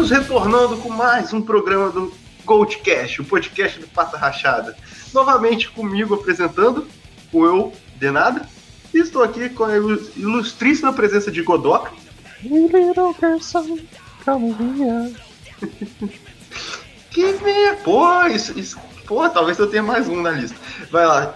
Estamos retornando com mais um programa do Goldcast, o podcast do Pata Rachada. Novamente comigo apresentando, o eu, Denada, e estou aqui com a ilustríssima presença de Godoka. Little person, come here. Que me... Pô, Pô, talvez eu tenha mais um na lista. Vai lá.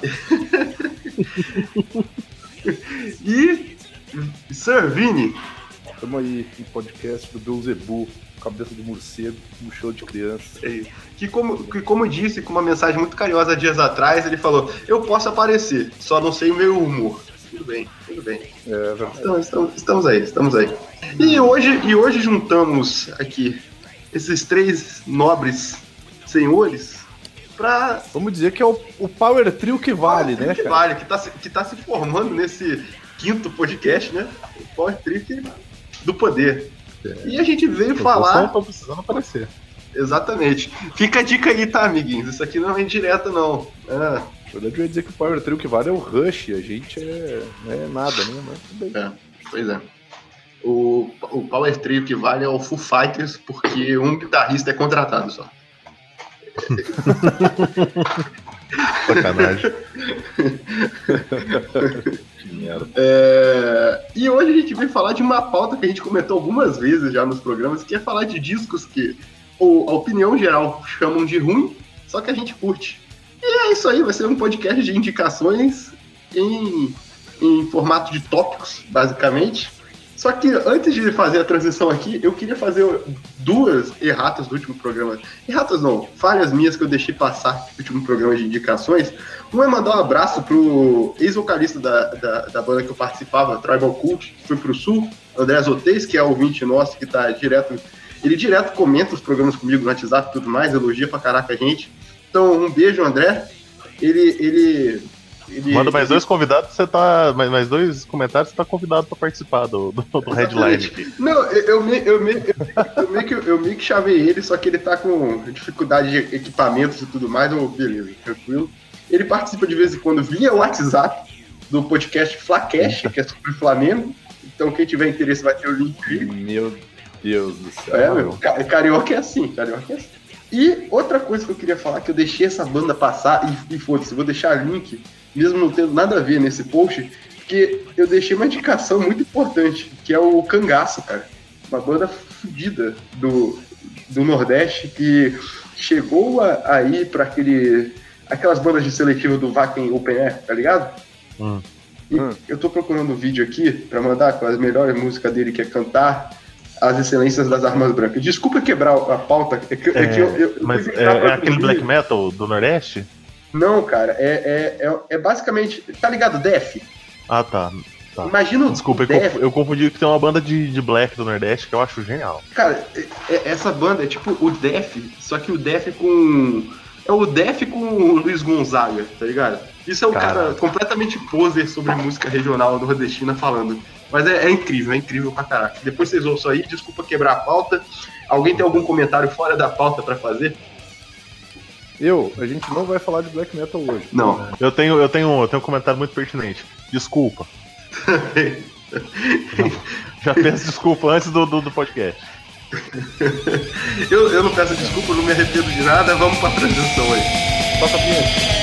E Sir Vini. Estamos aí no podcast do Beuzebu, cabeça de morcego, no show de criança. Que como disse, com uma mensagem muito carinhosa dias atrás, ele falou: eu posso aparecer, só não sei o meu humor. Tudo bem. Então, estamos aí. E hoje juntamos aqui esses três nobres senhores pra... Vamos dizer que é o Power Trio que vale, né, cara? Vale, que tá se formando nesse quinto podcast, né? O Power Trio do poder. E a gente veio falar... Eu tô precisando aparecer. Exatamente. Fica a dica aí, tá, amiguinhos? Isso aqui não é indireta, não. Na verdade, eu ia dizer que o Power Trio que vale é o Rush, a gente não é nada, né? Mas tudo bem. Pois é. O Power Trio que vale é o Foo Fighters, porque um guitarrista é contratado só. Sacanagem. Que merda. E hoje a gente veio falar de uma pauta que a gente comentou algumas vezes já nos programas, que é falar de discos que a opinião geral chamam de ruim, só que a gente curte. E é isso aí, vai ser um podcast de indicações em formato de tópicos, basicamente. Só que antes de fazer a transição aqui, eu queria fazer duas erratas do último programa. Erratas não, falhas minhas que eu deixei passar no último programa de indicações. Um é mandar um abraço pro ex-vocalista da banda que eu participava, Tribal Cult, que foi pro Sul, André Zotez, que é ouvinte nosso, que tá direto... Ele direto comenta os programas comigo no WhatsApp e tudo mais, elogia pra caraca a gente. Então, um beijo, André. Ele manda mais dois convidados, mais dois comentários, você tá convidado para participar do headline. Não, eu meio que chavei ele, só que ele tá com dificuldade de equipamentos e tudo mais, beleza, tranquilo. Ele participa de vez em quando via WhatsApp do podcast Flacast, que é sobre o Flamengo. Então quem tiver interesse vai ter o link aí. Meu Deus do céu. Carioca é assim. E outra coisa que eu queria falar, que eu deixei essa banda passar, e foda-se, vou deixar link, mesmo não tendo nada a ver nesse post, porque eu deixei uma indicação muito importante, que é o Cangaço, cara. Uma banda fodida do Nordeste, que chegou a ir pra aquelas bandas de seletiva do Wacken Open Air, tá ligado? E eu tô procurando um vídeo aqui pra mandar com as melhores músicas dele, que é Cantar As Excelências das Armas Brancas. Desculpa quebrar a pauta. Mas é aquele black metal do Nordeste? Não, cara. É basicamente... Tá ligado? Def? Ah, tá. Imagina o Desculpa, eu confundi que tem uma banda de black do Nordeste que eu acho genial. Cara, essa banda é tipo o Def, só que o Def com... É o Def com o Luiz Gonzaga, tá ligado? Isso é um cara completamente poser sobre música regional nordestina falando. Mas é incrível pra caraca. Depois vocês ouçam aí, desculpa quebrar a pauta. Alguém tem algum comentário fora da pauta pra fazer? A gente não vai falar de black metal hoje. Não. Eu tenho um comentário muito pertinente. Desculpa. Já peço desculpa antes do podcast. Eu não peço desculpa, não me arrependo de nada. Vamos pra transição aí. Toca a vinheta.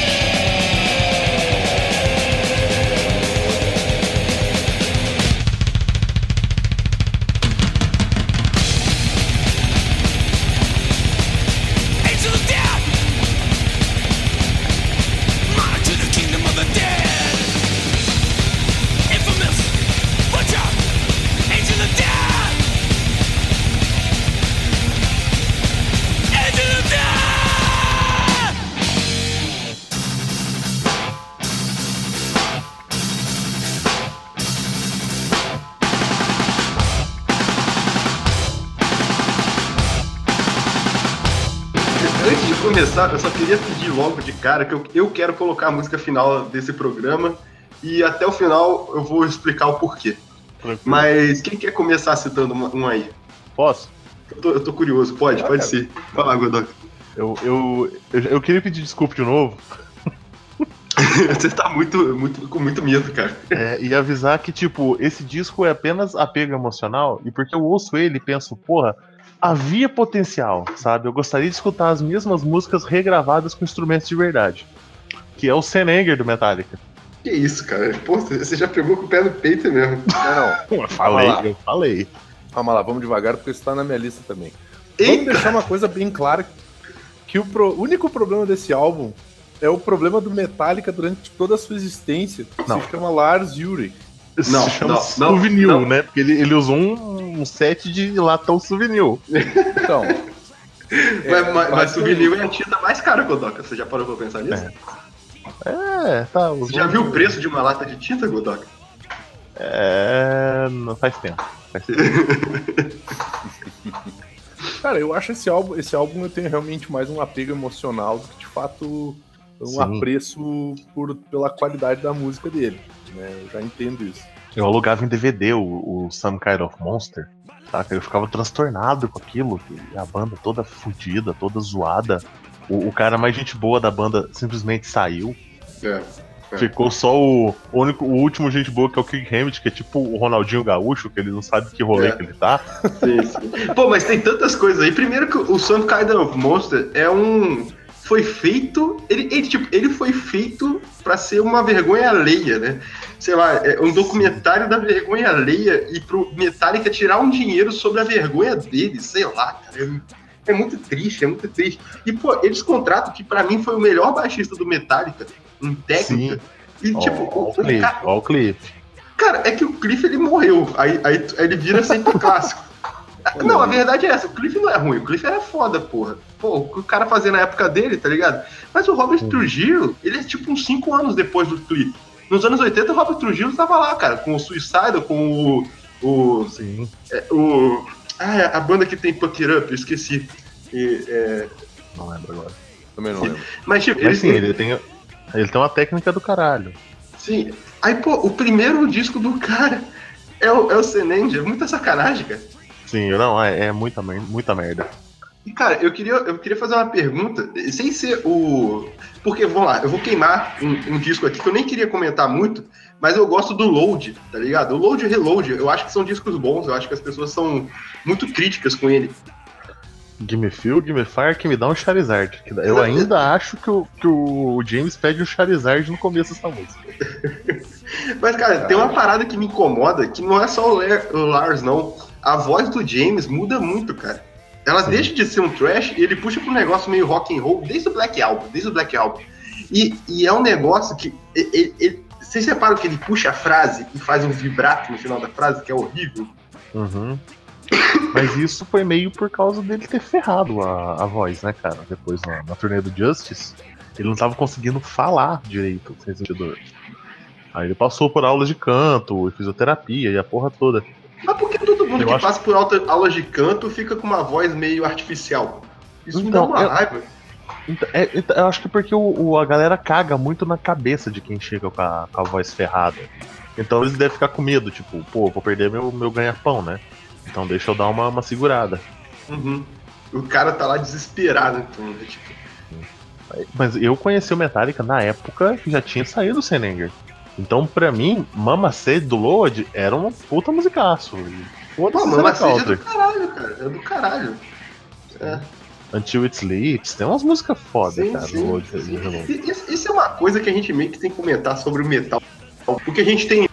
Começar, eu só queria pedir logo de cara que eu quero colocar a música final desse programa e até o final eu vou explicar o porquê. Tranquilo. Mas quem quer começar citando um aí? Posso? Eu tô curioso, pode ser. Vai lá, Godoka. Eu queria pedir desculpa de novo. Você tá com muito medo, cara. E avisar que, tipo, esse disco é apenas apego emocional, e porque eu ouço ele e penso, porra, havia potencial, sabe? Eu gostaria de escutar as mesmas músicas regravadas com instrumentos de verdade. Que é o Senenger do Metallica. Que isso, cara? Pô, você já pegou com o pé no peito mesmo. Não. Eu falei. Calma lá, vamos devagar, porque isso tá na minha lista também. Eita! Vamos deixar uma coisa bem clara, que o único problema desse álbum é o problema do Metallica durante toda a sua existência, que Não. se chama Lars Ulrich. Se chama Souvenir, né? Porque ele usou um set de latão Souvenir. Então... mas Souvenir é a tinta mais cara, Godoka. Você já parou pra pensar nisso? Tá. Você já viu o preço de uma lata de tinta, Godoka? Não faz tempo. Cara, eu acho esse álbum eu tenho realmente mais um apego emocional do que de fato um apreço pela qualidade da música dele, né? Eu já entendo isso. Eu alugava em DVD o Some Kind of Monster, tá? Eu ficava transtornado com aquilo, a banda toda fodida, toda zoada. O cara mais gente boa da banda simplesmente saiu. Ficou só o último gente boa, que é o Kirk Hammett, que é tipo o Ronaldinho Gaúcho, que ele não sabe que rolê que ele tá. Sim. Pô, mas tem tantas coisas aí. Primeiro que o Some Kind of Monster foi feito. Ele foi feito pra ser uma vergonha alheia, né? Sei lá, é um documentário da vergonha alheia e pro Metallica tirar um dinheiro sobre a vergonha dele, sei lá, cara. É muito triste, é muito triste. E, pô, eles contratam que pra mim foi o melhor baixista do Metallica em técnica. Sim. E, tipo, o Cliff. Cara, é que o Cliff ele morreu. Aí ele vira sempre clássico. Não, a verdade é essa, o Cliff não é ruim, o Cliff era foda, porra. Pô, o cara fazia na época dele, tá ligado? Mas o Robert Trujillo, ele é tipo uns 5 anos depois do Cliff. Nos anos 80, o Robert Trujillo tava lá, cara, com o Suicidal, com Sim. A banda que tem Puck It Up, eu esqueci. Não lembro agora. Também não lembro. Mas, tipo, ele tem uma técnica do caralho. Sim. Aí, pô, o primeiro disco do cara é o Senenger, muita sacanagem, cara. Sim, não, é muita merda. E, cara, eu queria fazer uma pergunta, sem ser o... Porque, vamos lá, eu vou queimar um disco aqui que eu nem queria comentar muito, mas eu gosto do Load, tá ligado? O Load e o Reload, eu acho que são discos bons, eu acho que as pessoas são muito críticas com ele. Gimme Fuel, Gimme Fire, que me dá um Charizard. Eu ainda acho que o James pede o Charizard no começo dessa música. Mas, cara, tem uma parada que me incomoda, que não é só o Lars, não. A voz do James muda muito, cara. Ela deixa de ser um trash e ele puxa pro negócio meio rock and roll desde o Black Album. E é um negócio que... Vocês reparam que ele puxa a frase e faz um vibrato no final da frase, que é horrível? Uhum. Mas isso foi meio por causa dele ter ferrado a voz, né, cara? Depois na turnê do Justice, ele não tava conseguindo falar direito, sem sentido. Aí ele passou por aulas de canto, fisioterapia e a porra toda. Mas por que todo mundo que passa por aulas de canto fica com uma voz meio artificial? Isso me dá uma raiva. Eu acho que porque a galera caga muito na cabeça de quem chega com a voz ferrada. Então eles devem ficar com medo, tipo, pô, vou perder meu ganha-pão, né? Então deixa eu dar uma segurada. Uhum. O cara tá lá desesperado, então, né? Tipo... Mas eu conheci o Metallica na época que já tinha saído o Senenger. Então, pra mim, Mama Said do Load era um puta musicaço. Pô, Mama Said é do caralho, cara. É do caralho. Until It Sleeps, tem umas músicas foda, cara. Sim. Isso é uma coisa que a gente meio que tem que comentar sobre o metal. Porque a gente tem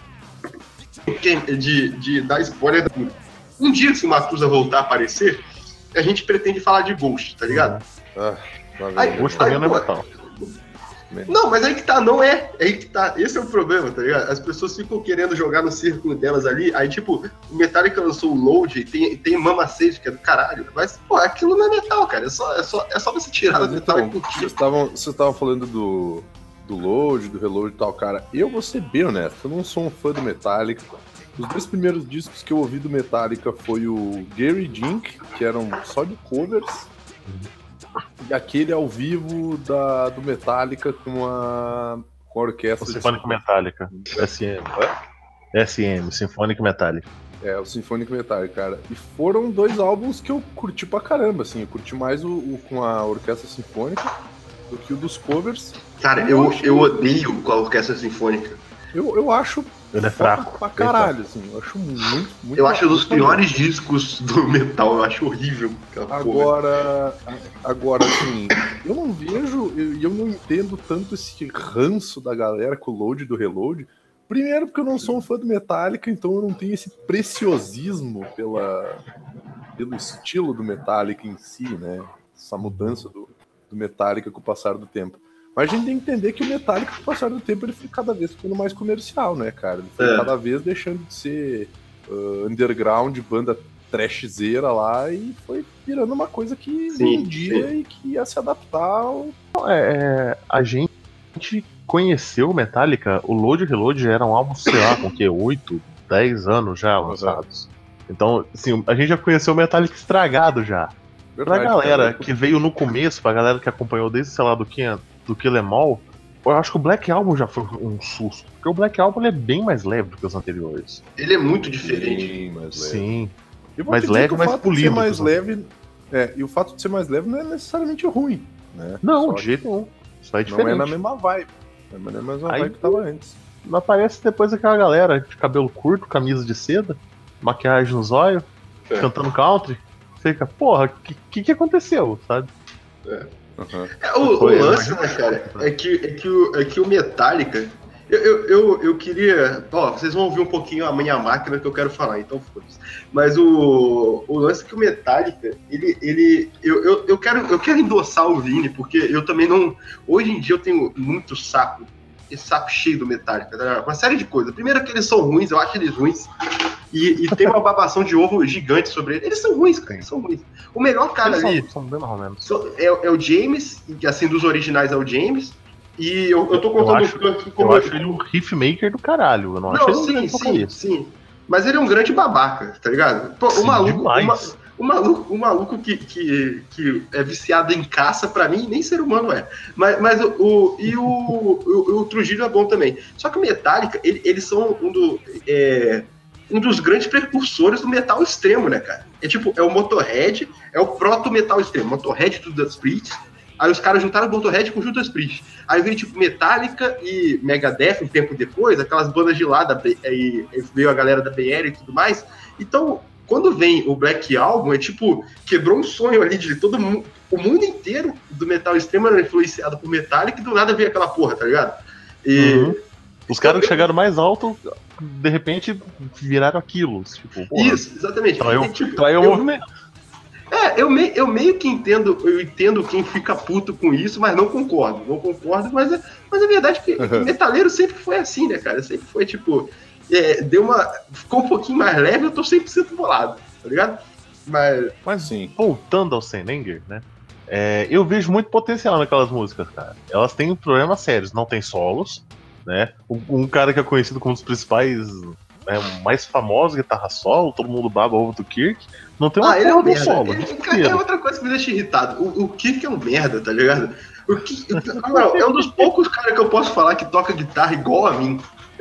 de dar spoiler. Um dia, se o Matusa voltar a aparecer, a gente pretende falar de Ghost, tá ligado? Ghost também não é metal. Não, mas aí que tá, não é. Aí que tá. Esse é o problema, tá ligado? As pessoas ficam querendo jogar no círculo delas ali. Aí, tipo, o Metallica lançou o Load e tem Mama Said, que é do caralho. Mas, pô, aquilo não é metal, cara. É só você tirar do metal e curtir. Vocês estavam falando do Load, do Reload e tal, cara. Eu vou ser bem honesto, eu não sou um fã do Metallica. Os 2 primeiros discos que eu ouvi do Metallica foi o Gary Jink, que eram só de covers. E aquele ao vivo do Metallica com a orquestra. O Symphonic Metallica. SM, Symphonic Metallica. É, o Symphonic Metallica, cara. E foram 2 álbuns que eu curti pra caramba, assim. Eu curti mais o com a orquestra sinfônica do que o dos covers. Cara, eu odeio com a orquestra sinfônica. Eu acho Ele é fraco. Pra caralho, assim. Eu acho muito Eu acho um dos muito piores discos do metal, eu acho horrível. Agora, assim, eu não vejo e eu não entendo tanto esse ranço da galera com o load e do reload. Primeiro porque eu não sou um fã do Metallica, então eu não tenho esse preciosismo pelo estilo do Metallica em si, né? Essa mudança do Metallica com o passar do tempo. Mas a gente tem que entender que o Metallica, com o passar do tempo, ele foi cada vez ficando mais comercial, né, cara? Ele foi cada vez deixando de ser underground, banda trashzeira lá, e foi virando uma coisa que vendia e que ia se adaptar ao... A gente conheceu o Metallica, o Load e Reload era um álbum, sei lá, com que 8, 10 anos já lançados. Então, assim, a gente já conheceu o Metallica estragado já. Pra galera que veio no começo, pra galera que acompanhou desde, sei lá, do Kill Em All, eu acho que o Black Album já foi um susto. Porque o Black Album ele é bem mais leve do que os anteriores. Ele é muito diferente. Sim, mais leve. Sim. Mais leve, mais polido. Mais leve, e o fato de ser mais leve não é necessariamente ruim, né? Não, de jeito nenhum. Só é diferente. Não é na mesma vibe. Não é na mesma vibe que tava antes. Aparece depois aquela galera de cabelo curto, camisa de seda, maquiagem nos olhos, cantando country. Fica, porra, o que aconteceu, sabe? O lance, né, cara, é que o Metallica. Eu queria. Ó, vocês vão ouvir um pouquinho a minha máquina que eu quero falar, então foda-se. Mas o lance é que o Metallica, eu quero endossar o Vini, porque eu também não. Hoje em dia eu tenho muito saco. Esse saco cheio do Metallica, tá? Uma série de coisas. Primeiro que eles são ruins, eu acho eles ruins. E tem uma babação de ovo gigante sobre eles. Eles são ruins, cara. Eles são ruins. O melhor cara ali são bem mais ou menos. É o James, que assim, dos originais é o James. E eu tô contando o Kirk como. Eu acho ele um riffmaker do caralho. Eu não acho ele sim. Mas ele é um grande babaca, tá ligado? Pô, o maluco que é viciado em caça, pra mim, nem ser humano é. Mas o Trujillo é bom também. Só que o Metallica, eles são um dos grandes precursores do metal extremo, né, cara? É o Motorhead, é o proto-metal extremo. Motorhead do Judas Priest. Aí os caras juntaram o Motorhead com o Judas Priest. Aí veio Metallica e Megadeth um tempo depois, aquelas bandas de lá, aí veio a galera da BR e tudo mais. Então, quando vem o Black Album, quebrou um sonho ali de todo mundo. O mundo inteiro do metal extremo era influenciado por Metallica e do nada veio aquela porra, tá ligado? Os caras que chegaram mais alto, de repente, viraram aquilo. Tipo, porra. Isso, exatamente. Traiu o movimento. Eu meio que entendo quem fica puto com isso, mas não concordo, mas a verdade é que metaleiro sempre foi assim, né, cara? Sempre foi, ficou um pouquinho mais leve, eu tô 100% bolado, tá ligado? Mas sim. Voltando ao Sennenger, né, eu vejo muito potencial naquelas músicas, cara. Elas têm problemas sérios, não tem solos, né, um cara que é conhecido como um dos principais... mais famoso guitarra solo, todo mundo baba ovo do Kirk, não tem uma porra do solo. É outra coisa que me deixa irritado. O Kirk é um merda, tá ligado? É um dos poucos caras que eu posso falar que toca guitarra igual a mim.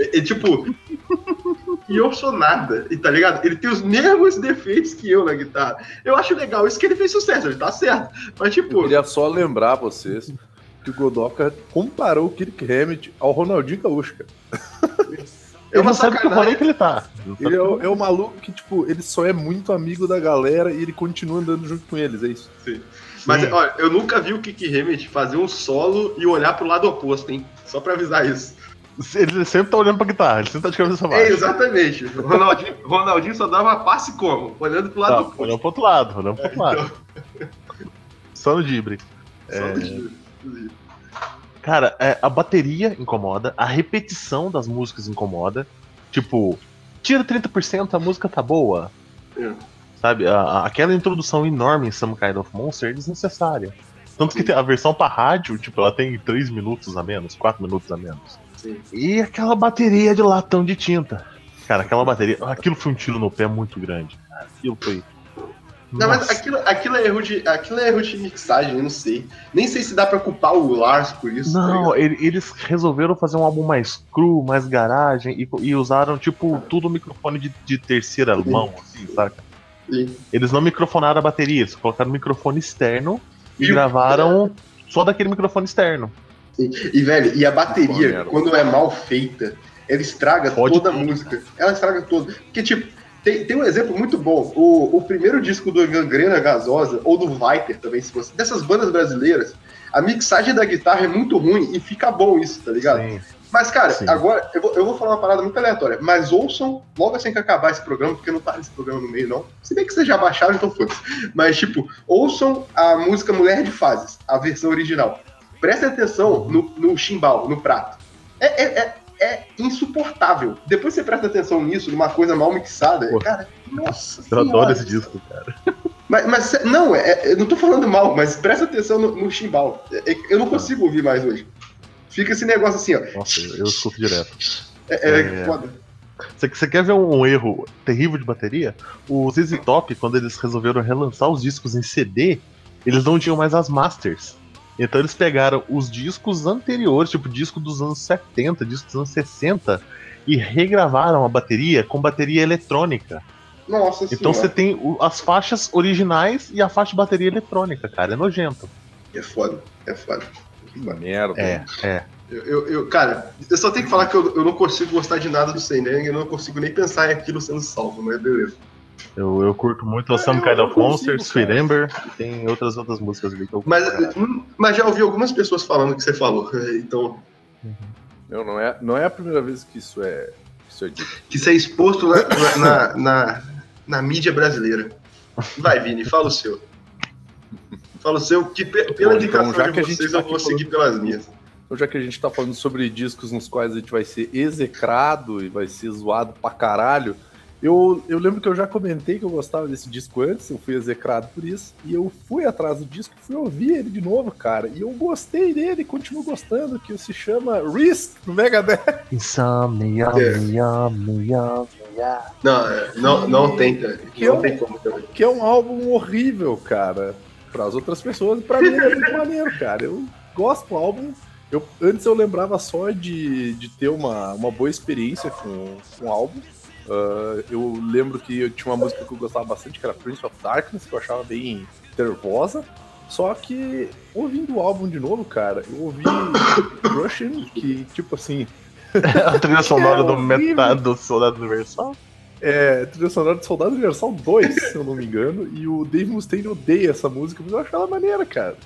E eu sou nada, tá ligado? Ele tem os mesmos defeitos que eu na guitarra. Eu acho legal isso que ele fez sucesso, ele tá certo. Mas eu queria só lembrar vocês que o Godoka comparou o Kirk Hammett ao Ronaldinho Gaúcho, cara. Ele não sabe que rolê que ele tá. Ele é o maluco que, ele só é muito amigo da galera e ele continua andando junto com eles, é isso. Sim. Mas, olha, eu nunca vi o Kirk Hammett fazer um solo e olhar pro lado oposto, hein? Só pra avisar isso. Ele sempre tá olhando pra guitarra, ele sempre tá de cabeça baixa. Exatamente. Ronaldinho só dava passe como? Olhando pro lado oposto. Olhando pro outro lado, lado. Só no dibre. Só no dibre. Cara, a bateria incomoda, a repetição das músicas incomoda. Tira 30%, a música tá boa. Sabe, aquela introdução enorme em Some Kind of Monster é desnecessária. Tanto que a versão pra rádio, ela tem 3 minutos a menos, 4 minutos a menos. Sim. E aquela bateria de latão de tinta. Cara, aquela bateria, aquilo foi um tiro no pé muito grande. Aquilo foi... Não, mas aquilo é erro de mixagem, eu não sei. Nem sei se dá pra culpar o Lars por isso. Não, tá, eles resolveram fazer um álbum mais cru, mais garagem, e usaram, tudo microfone de terceira mão, assim, saca? Sim. Eles não microfonaram a bateria, eles colocaram microfone externo e gravaram só daquele microfone externo. Sim. E, velho, a bateria, quando é mal feita, ela estraga toda a música. Ela estraga toda. Porque, tipo, tem um exemplo muito bom. O primeiro disco do Gangrena Gasosa, ou do Viper também, se você, dessas bandas brasileiras, a mixagem da guitarra é muito ruim e fica bom isso, tá ligado? Sim. Mas, cara, Sim. agora eu vou falar uma parada muito aleatória, mas ouçam logo assim que acabar esse programa, porque não tá esse programa no meio, não. Se bem que vocês já baixaram, então foda-se. Mas, tipo, ouçam a música Mulher de Fases, a versão original. Prestem atenção no chimbal, no prato. É insuportável. Depois você presta atenção nisso, numa coisa mal mixada, cara, nossa Eu senhora. adoro esse disco, cara. Mas não, eu não tô falando mal, mas presta atenção no chimbal. Eu não consigo ouvir mais hoje. Fica esse negócio assim, ó. Nossa, eu escuto direto. Foda. Você quer ver um erro terrível de bateria? O ZZ Top, quando eles resolveram relançar os discos em CD, eles não tinham mais as masters. Então eles pegaram os discos anteriores, tipo disco dos anos 70, disco dos anos 60, e regravaram a bateria com bateria eletrônica. Nossa Então senhora. você tem as faixas originais e a faixa de bateria eletrônica, cara. É nojento. É foda. Que merda. Cara, eu só tenho que falar que eu não consigo gostar de nada do Seneng, eu não consigo nem pensar em aquilo sendo salvo, mas beleza. Eu curto muito o Some Kind of Monster, Sweet Ember, e tem outras músicas ali que eu curto. Mas já ouvi algumas pessoas falando que você falou, então. Não é a primeira vez que isso é dito. Que isso é exposto na mídia brasileira. Vai, Vini, fala o seu. Fala o seu, que pela indicação então, de vocês eu vou seguir pelas minhas. Então, já que a gente tá falando sobre discos nos quais a gente vai ser execrado e vai ser zoado pra caralho, eu lembro que eu já comentei que eu gostava desse disco antes, eu fui execrado por isso, e eu fui atrás do disco, fui ouvir ele de novo, cara, e eu gostei dele, continuo gostando, que se chama Risk, do Megadeth. Insomnia, Não tem, cara. Não tem como também. Que é um álbum horrível, cara, pras outras pessoas, e pra mim é muito maneiro, cara. Eu gosto do álbum. Antes eu lembrava só de ter uma boa experiência com o álbum. Eu lembro que eu tinha uma música que eu gostava bastante, que era Prince of Darkness, que eu achava bem nervosa. Só que, ouvindo o álbum de novo, cara, eu ouvi Russian, que, tipo assim... A trilha sonora do metade do Soldado Universal? É, trilha sonora do Soldado Universal 2, se eu não me engano, e o Dave Mustaine odeia essa música, mas eu acho ela maneira, cara.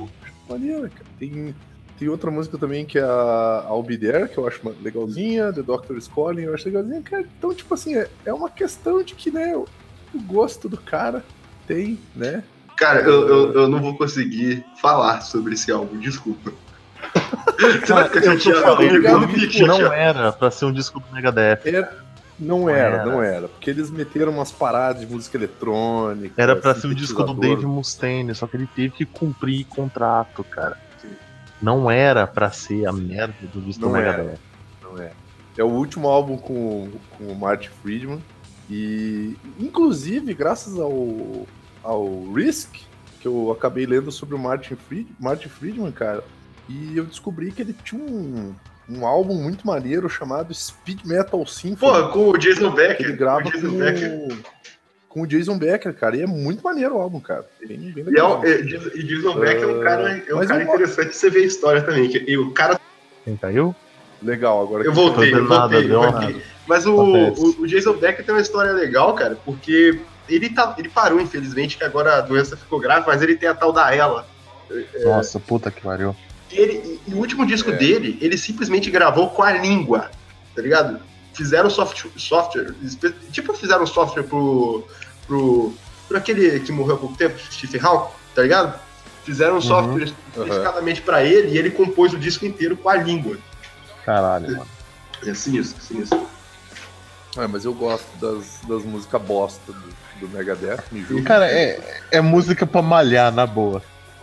Tem outra música também que é a I'll Be There, que eu acho legalzinha, The Doctor's Calling, eu acho legalzinha, cara. Então, tipo assim, é uma questão de que, né, o gosto do cara tem, né? Cara, eu não vou conseguir falar sobre esse álbum, desculpa. Você vai ficar chateado? Não era pra ser um disco do Megadeth. Não era. Porque eles meteram umas paradas de música eletrônica. Era pra ser um disco do Dave Mustaine, só que ele teve que cumprir contrato, cara. Não era pra ser a merda do disco do Megadeth. Não é. É o último álbum com o Martin Friedman. E, inclusive, graças ao Risk, que eu acabei lendo sobre o Martin Friedman, cara, e eu descobri que ele tinha um álbum muito maneiro chamado Speed Metal Symphony. Pô, com o Jason Becker. Ele grava com o Jason Becker, cara, e é muito maneiro o álbum, cara. Bem legal. E Jason Becker é um cara interessante de você ver a história também. E o cara... Quem caiu? Legal, agora... Eu voltei. Mas o Jason Becker tem uma história legal, cara, porque ele parou, infelizmente, que agora a doença ficou grave, mas ele tem a tal da Ela. Nossa, puta que pariu. E o último disco dele, ele simplesmente gravou com a língua, tá ligado? Fizeram software, tipo fizeram software pro aquele que morreu há pouco tempo, Steve Hawk, tá ligado? Fizeram um software especificadamente pra ele e ele compôs o disco inteiro com a língua. Caralho, mano. É sinistro. Mas eu gosto das músicas bosta do Megadeth, me julga. Cara, é música pra malhar, na boa.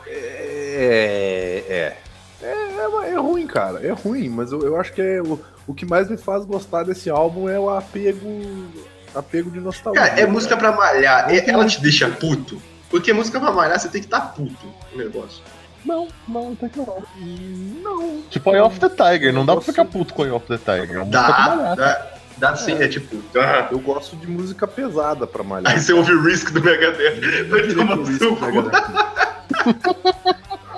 É ruim, cara. É ruim, mas eu acho que o que mais me faz gostar desse álbum é o apego de nostalgia. Cara, é música pra malhar. Ela te deixa puto. Porque música pra malhar, você tem que estar puto no negócio. Não, tem que não. Não. Tipo Eye of the Tiger, não dá pra ficar puto com Eye of the Tiger. Dá sim, é tipo... Eu gosto de música pesada pra malhar. Aí você ouve o Risk do Megadeth. Vai tomar no seu cu.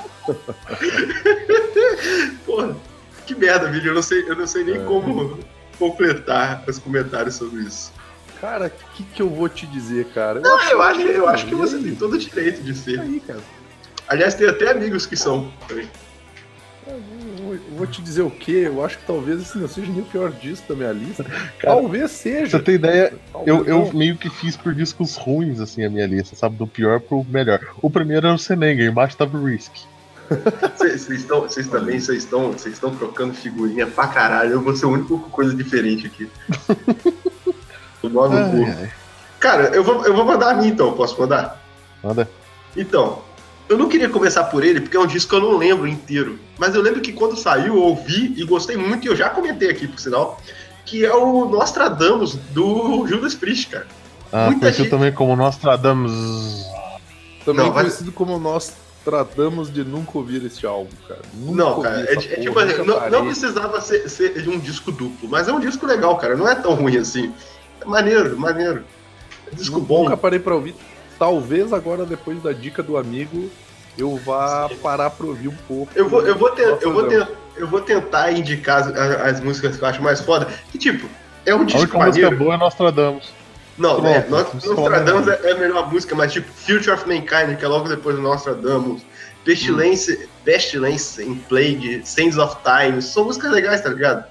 Porra, que merda, Vini. Eu não sei nem como completar os comentários sobre isso. Cara, o que eu vou te dizer, cara? Eu acho que você tem todo o direito de ser. Aí, cara. Aliás, tem até amigos que são também. Eu vou te dizer o quê? Eu acho que talvez esse não seja nem o pior disco da minha lista. Cara, talvez seja. Você tem ideia? Talvez Eu não. meio que fiz por discos ruins, assim, a minha lista, sabe? Do pior pro melhor. O primeiro era o Senenga, embaixo tava o Risk. Vocês estão trocando figurinha pra caralho. Eu vou ser o único com coisa diferente aqui. Cara, eu vou mandar a mim então, posso mandar? Manda. Então, eu não queria começar por ele, porque é um disco que eu não lembro inteiro. Mas eu lembro que quando saiu, eu ouvi e gostei muito, e eu já comentei aqui, por sinal, que é o Nostradamus, do Judas Priest, cara. Conhecido também como Nostradamus. Também conhecido como nós tratamos de nunca ouvir este álbum, cara. Não, cara, tipo assim, não precisava ser de um disco duplo, mas é um disco legal, cara, não é tão ruim assim. É maneiro. É disco bom. Nunca parei pra ouvir. Talvez agora, depois da dica do amigo, eu vá parar pra ouvir um pouco. Eu vou tentar indicar as músicas que eu acho mais foda. Que tipo, é um disco maneiro. A música boa é Nostradamus. Não, Nostradamus é a melhor música, mas tipo, Future of Mankind, que é logo depois do Nostradamus, Pestilence in Plague, Sands of Time, são músicas legais, tá ligado?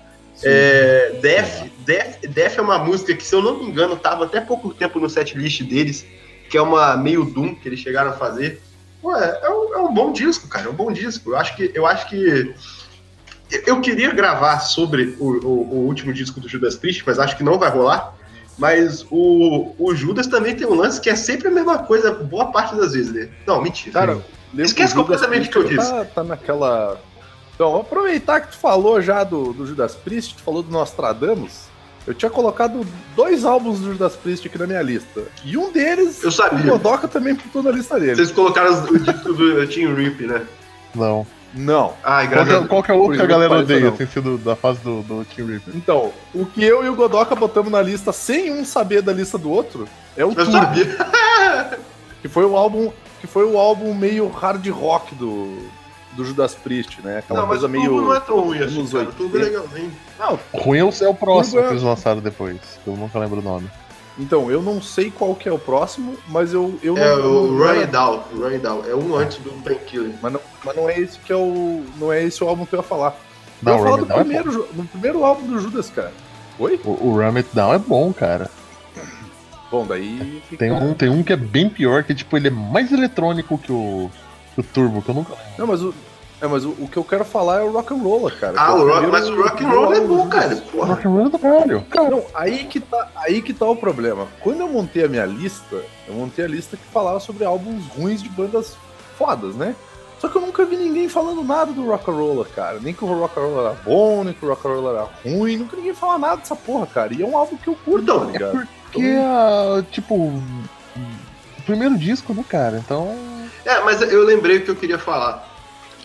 Death é uma música que, se eu não me engano, tava até pouco tempo no setlist deles, que é uma meio Doom que eles chegaram a fazer. Pô, é um bom disco, cara, é um bom disco. Eu acho que eu queria gravar sobre o último disco do Judas Priest, mas acho que não vai rolar. Mas o Judas também tem um lance que é sempre a mesma coisa, boa parte das vezes, né? Não, mentira. Cara, esquece completamente o que eu disse. Tá naquela... Então, vou aproveitar que tu falou já do Judas Priest, tu falou do Nostradamus. Eu tinha colocado 2 álbuns do Judas Priest aqui na minha lista. E um deles, eu sabia. O Godoka também botou na lista dele. Vocês colocaram o disco do Team Rip, né? Não. Ai, qual que é o outro que a galera odeia, tem sido da fase do Team Rip? Então, o que eu e o Godoka botamos na lista sem um saber da lista do outro é o Turbo. Sabia. Que foi o álbum meio hard rock do Judas Priest, né? Aquela coisa meio... Não, mas o não é tão ruim assim, cara. O Turbo é legalzinho. Não, ruim é o próximo que eles lançaram depois, que eu nunca lembro o nome. Então, eu não sei qual que é o próximo, mas eu o Run It Down. É um antes do Painkiller. Mas não é esse que é o... Não é esse o álbum que eu ia falar. Não, eu ia falar do primeiro álbum do Judas, cara. Oi? O Run It Down é bom, cara. Bom, daí... Tem um que é bem pior, que tipo, ele é mais eletrônico que o Turbo, que eu nunca lembro. Não, mas o que eu quero falar é o Rock'n'Roller, cara. Mas o Rock'n'Roll é bom, cara. O Rock'n'Roll é do caralho. Não, aí que tá o problema. Quando eu montei a minha lista, que falava sobre álbuns ruins de bandas fodas, né? Só que eu nunca vi ninguém falando nada do Rock'n'Roller, cara. Nem que o Rock'n'Roller era bom, nem que o Rock'n'Roller era ruim. Nunca ninguém fala nada dessa porra, cara. E é um álbum que eu curto, tá ligado? Porque, tipo... O primeiro disco, né, cara? Então... mas eu lembrei o que eu queria falar.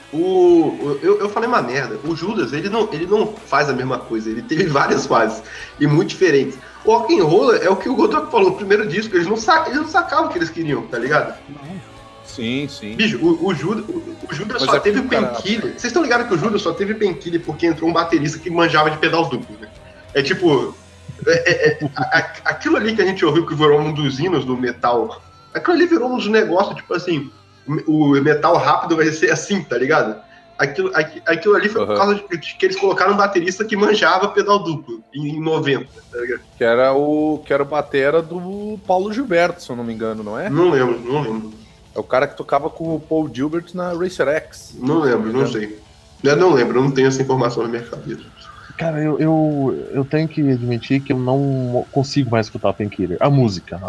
Eu falei uma merda. O Judas, ele não faz a mesma coisa. Ele teve várias fases e muito diferentes. O Rock'n'Roller é o que o Godoka falou. O primeiro disco, eles não sacavam o que eles queriam, tá ligado? Sim. Bicho, o Judas só teve Painkiller. Vocês estão ligados que o Judas só teve Painkiller porque entrou um baterista que manjava de pedal duplo, né? É tipo... aquilo ali que a gente ouviu que virou um dos hinos do metal. Aquilo ali virou um dos negócios, tipo assim... O metal rápido vai ser assim, tá ligado? Aquilo ali foi por causa de que eles colocaram um baterista que manjava pedal duplo em 90, tá ligado? Que era o batera do Paulo Gilberto, se eu não me engano, não é? Não lembro. É o cara que tocava com o Paul Gilbert na Racer X. Não lembro, não sei. Eu não lembro, eu não tenho essa informação na minha cabeça. Cara, eu tenho que admitir que eu não consigo mais escutar Painkiller. A música.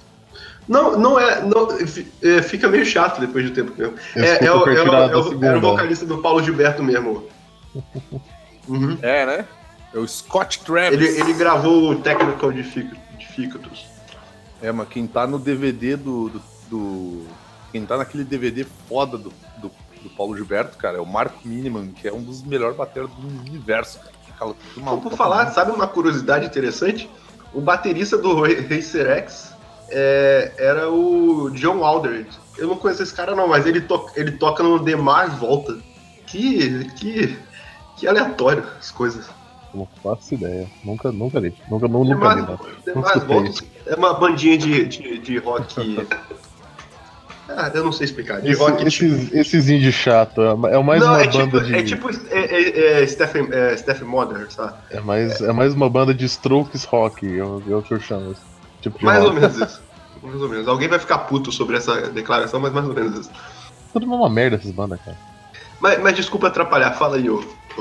Fica meio chato depois de tempo mesmo. Era o vocalista do Paulo Gilberto mesmo. Uhum. É, né? É o Scott Travis. Ele gravou o Technical Difficulties. Mas quem tá no DVD quem tá naquele DVD foda do Paulo Gilberto, cara, é o Mark Miniman, que é um dos melhores bateras do universo. Por falar, sabe uma curiosidade interessante? O baterista do Racer X era o John Alder. Eu não conheço esse cara não, mas ele toca no The Mars Volta. Que aleatório as coisas. Não faço ideia. Nunca li. Nunca li, não. É uma bandinha de rock. Eu não sei explicar. De rock esses indie chato. É mais não, uma é banda tipo, de. É tipo Stephen Mother, sabe? É mais uma banda de Strokes rock, é o que eu chamo. Tipo de mais rock. ou menos isso. Mais ou menos. Alguém vai ficar puto sobre essa declaração, mas mais ou menos isso. Tudo uma merda essas bandas, cara. Mas desculpa atrapalhar, fala aí, ô.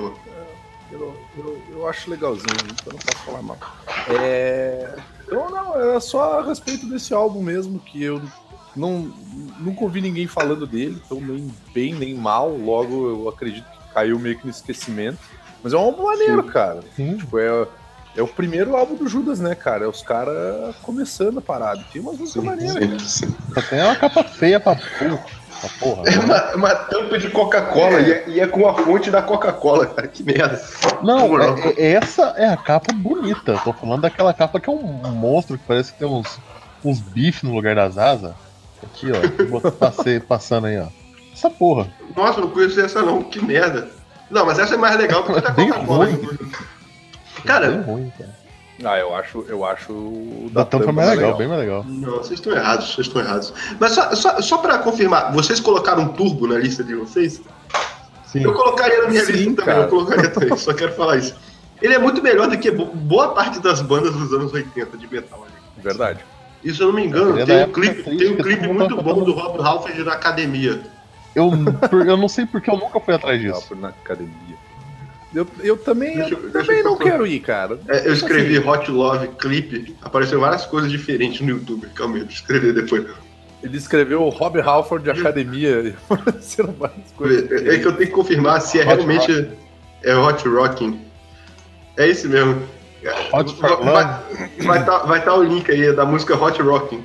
Eu acho legalzinho, então não posso falar mal. Então, não, era só a respeito desse álbum mesmo, que eu nunca ouvi ninguém falando dele, então nem bem nem mal, logo eu acredito que caiu meio que no esquecimento. Mas é um álbum maneiro, cara. Tipo, é o primeiro álbum do Judas, né, cara? É os caras começando a parada. Tem umas músicas maneiras. Só tem uma capa feia pra porra. É uma tampa de Coca-Cola e é com a fonte da Coca-Cola, cara. Que merda. Não, essa é a capa bonita. Tô falando daquela capa que é um monstro que parece que tem uns bifes no lugar das asas. Aqui, ó. Passando aí, ó. Essa porra. Nossa, não conheço essa não. Que merda. Não, mas essa é mais legal porque tá Coca-Cola. Cara, bem ruim, cara. Eu acho o da tampa mais legal, bem mais legal. Não, vocês estão errados. Mas só pra confirmar, vocês colocaram um turbo na lista de vocês? Sim. Eu colocaria na minha lista cara. também, eu colocaria também, só quero falar isso. Ele é muito melhor do que boa parte das bandas dos anos 80 de metal. Verdade. E se eu não me engano, tem um clipe muito bom do Rob Halford na academia. Eu não sei porque eu nunca fui atrás disso. Na academia. Eu também não quero ir, cara. Eu escrevi Hot Love Clip, apareceu várias coisas diferentes no YouTube. Calma aí, eu vou escrever depois. Ele escreveu o Rob Halford Academia. Apareceram várias coisas. É que eu tenho que confirmar se realmente é Hot Rocking. É esse mesmo. Vai tá o link aí da música Hot Rocking.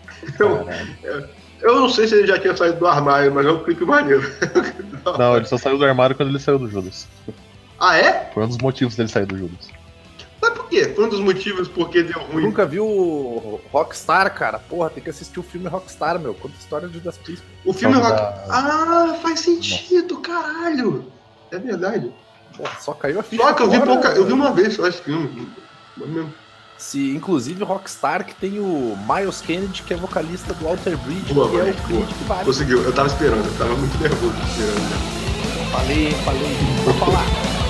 Eu não sei se ele já tinha saído do armário, mas é um clipe maneiro. Não, ele só saiu do armário quando ele saiu do Judas. Ah, é? Foi um dos motivos dele sair do Judas. Mas por quê? Foi um dos motivos porque deu ruim. Nunca viu o Rockstar, cara? Porra, tem que assistir o filme Rockstar, meu. Conta a história de Judas Priest. O filme Ah, faz sentido, caralho. É verdade. Porra, só caiu a ficha. Só que eu vi uma vez só esse filme. Inclusive o Rockstar, que tem o Miles Kennedy, que é vocalista do Alter Bridge, boa, que é o Creed que vale. Conseguiu, eu tava esperando, eu tava muito nervoso esperando. Falei, vou falar.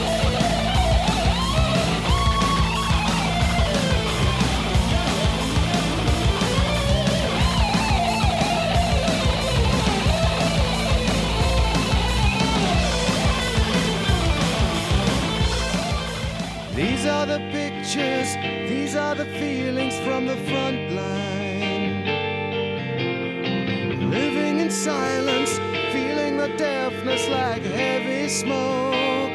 These are the pictures, these are the feelings from the front line. Living in silence, feeling the deafness like heavy smoke.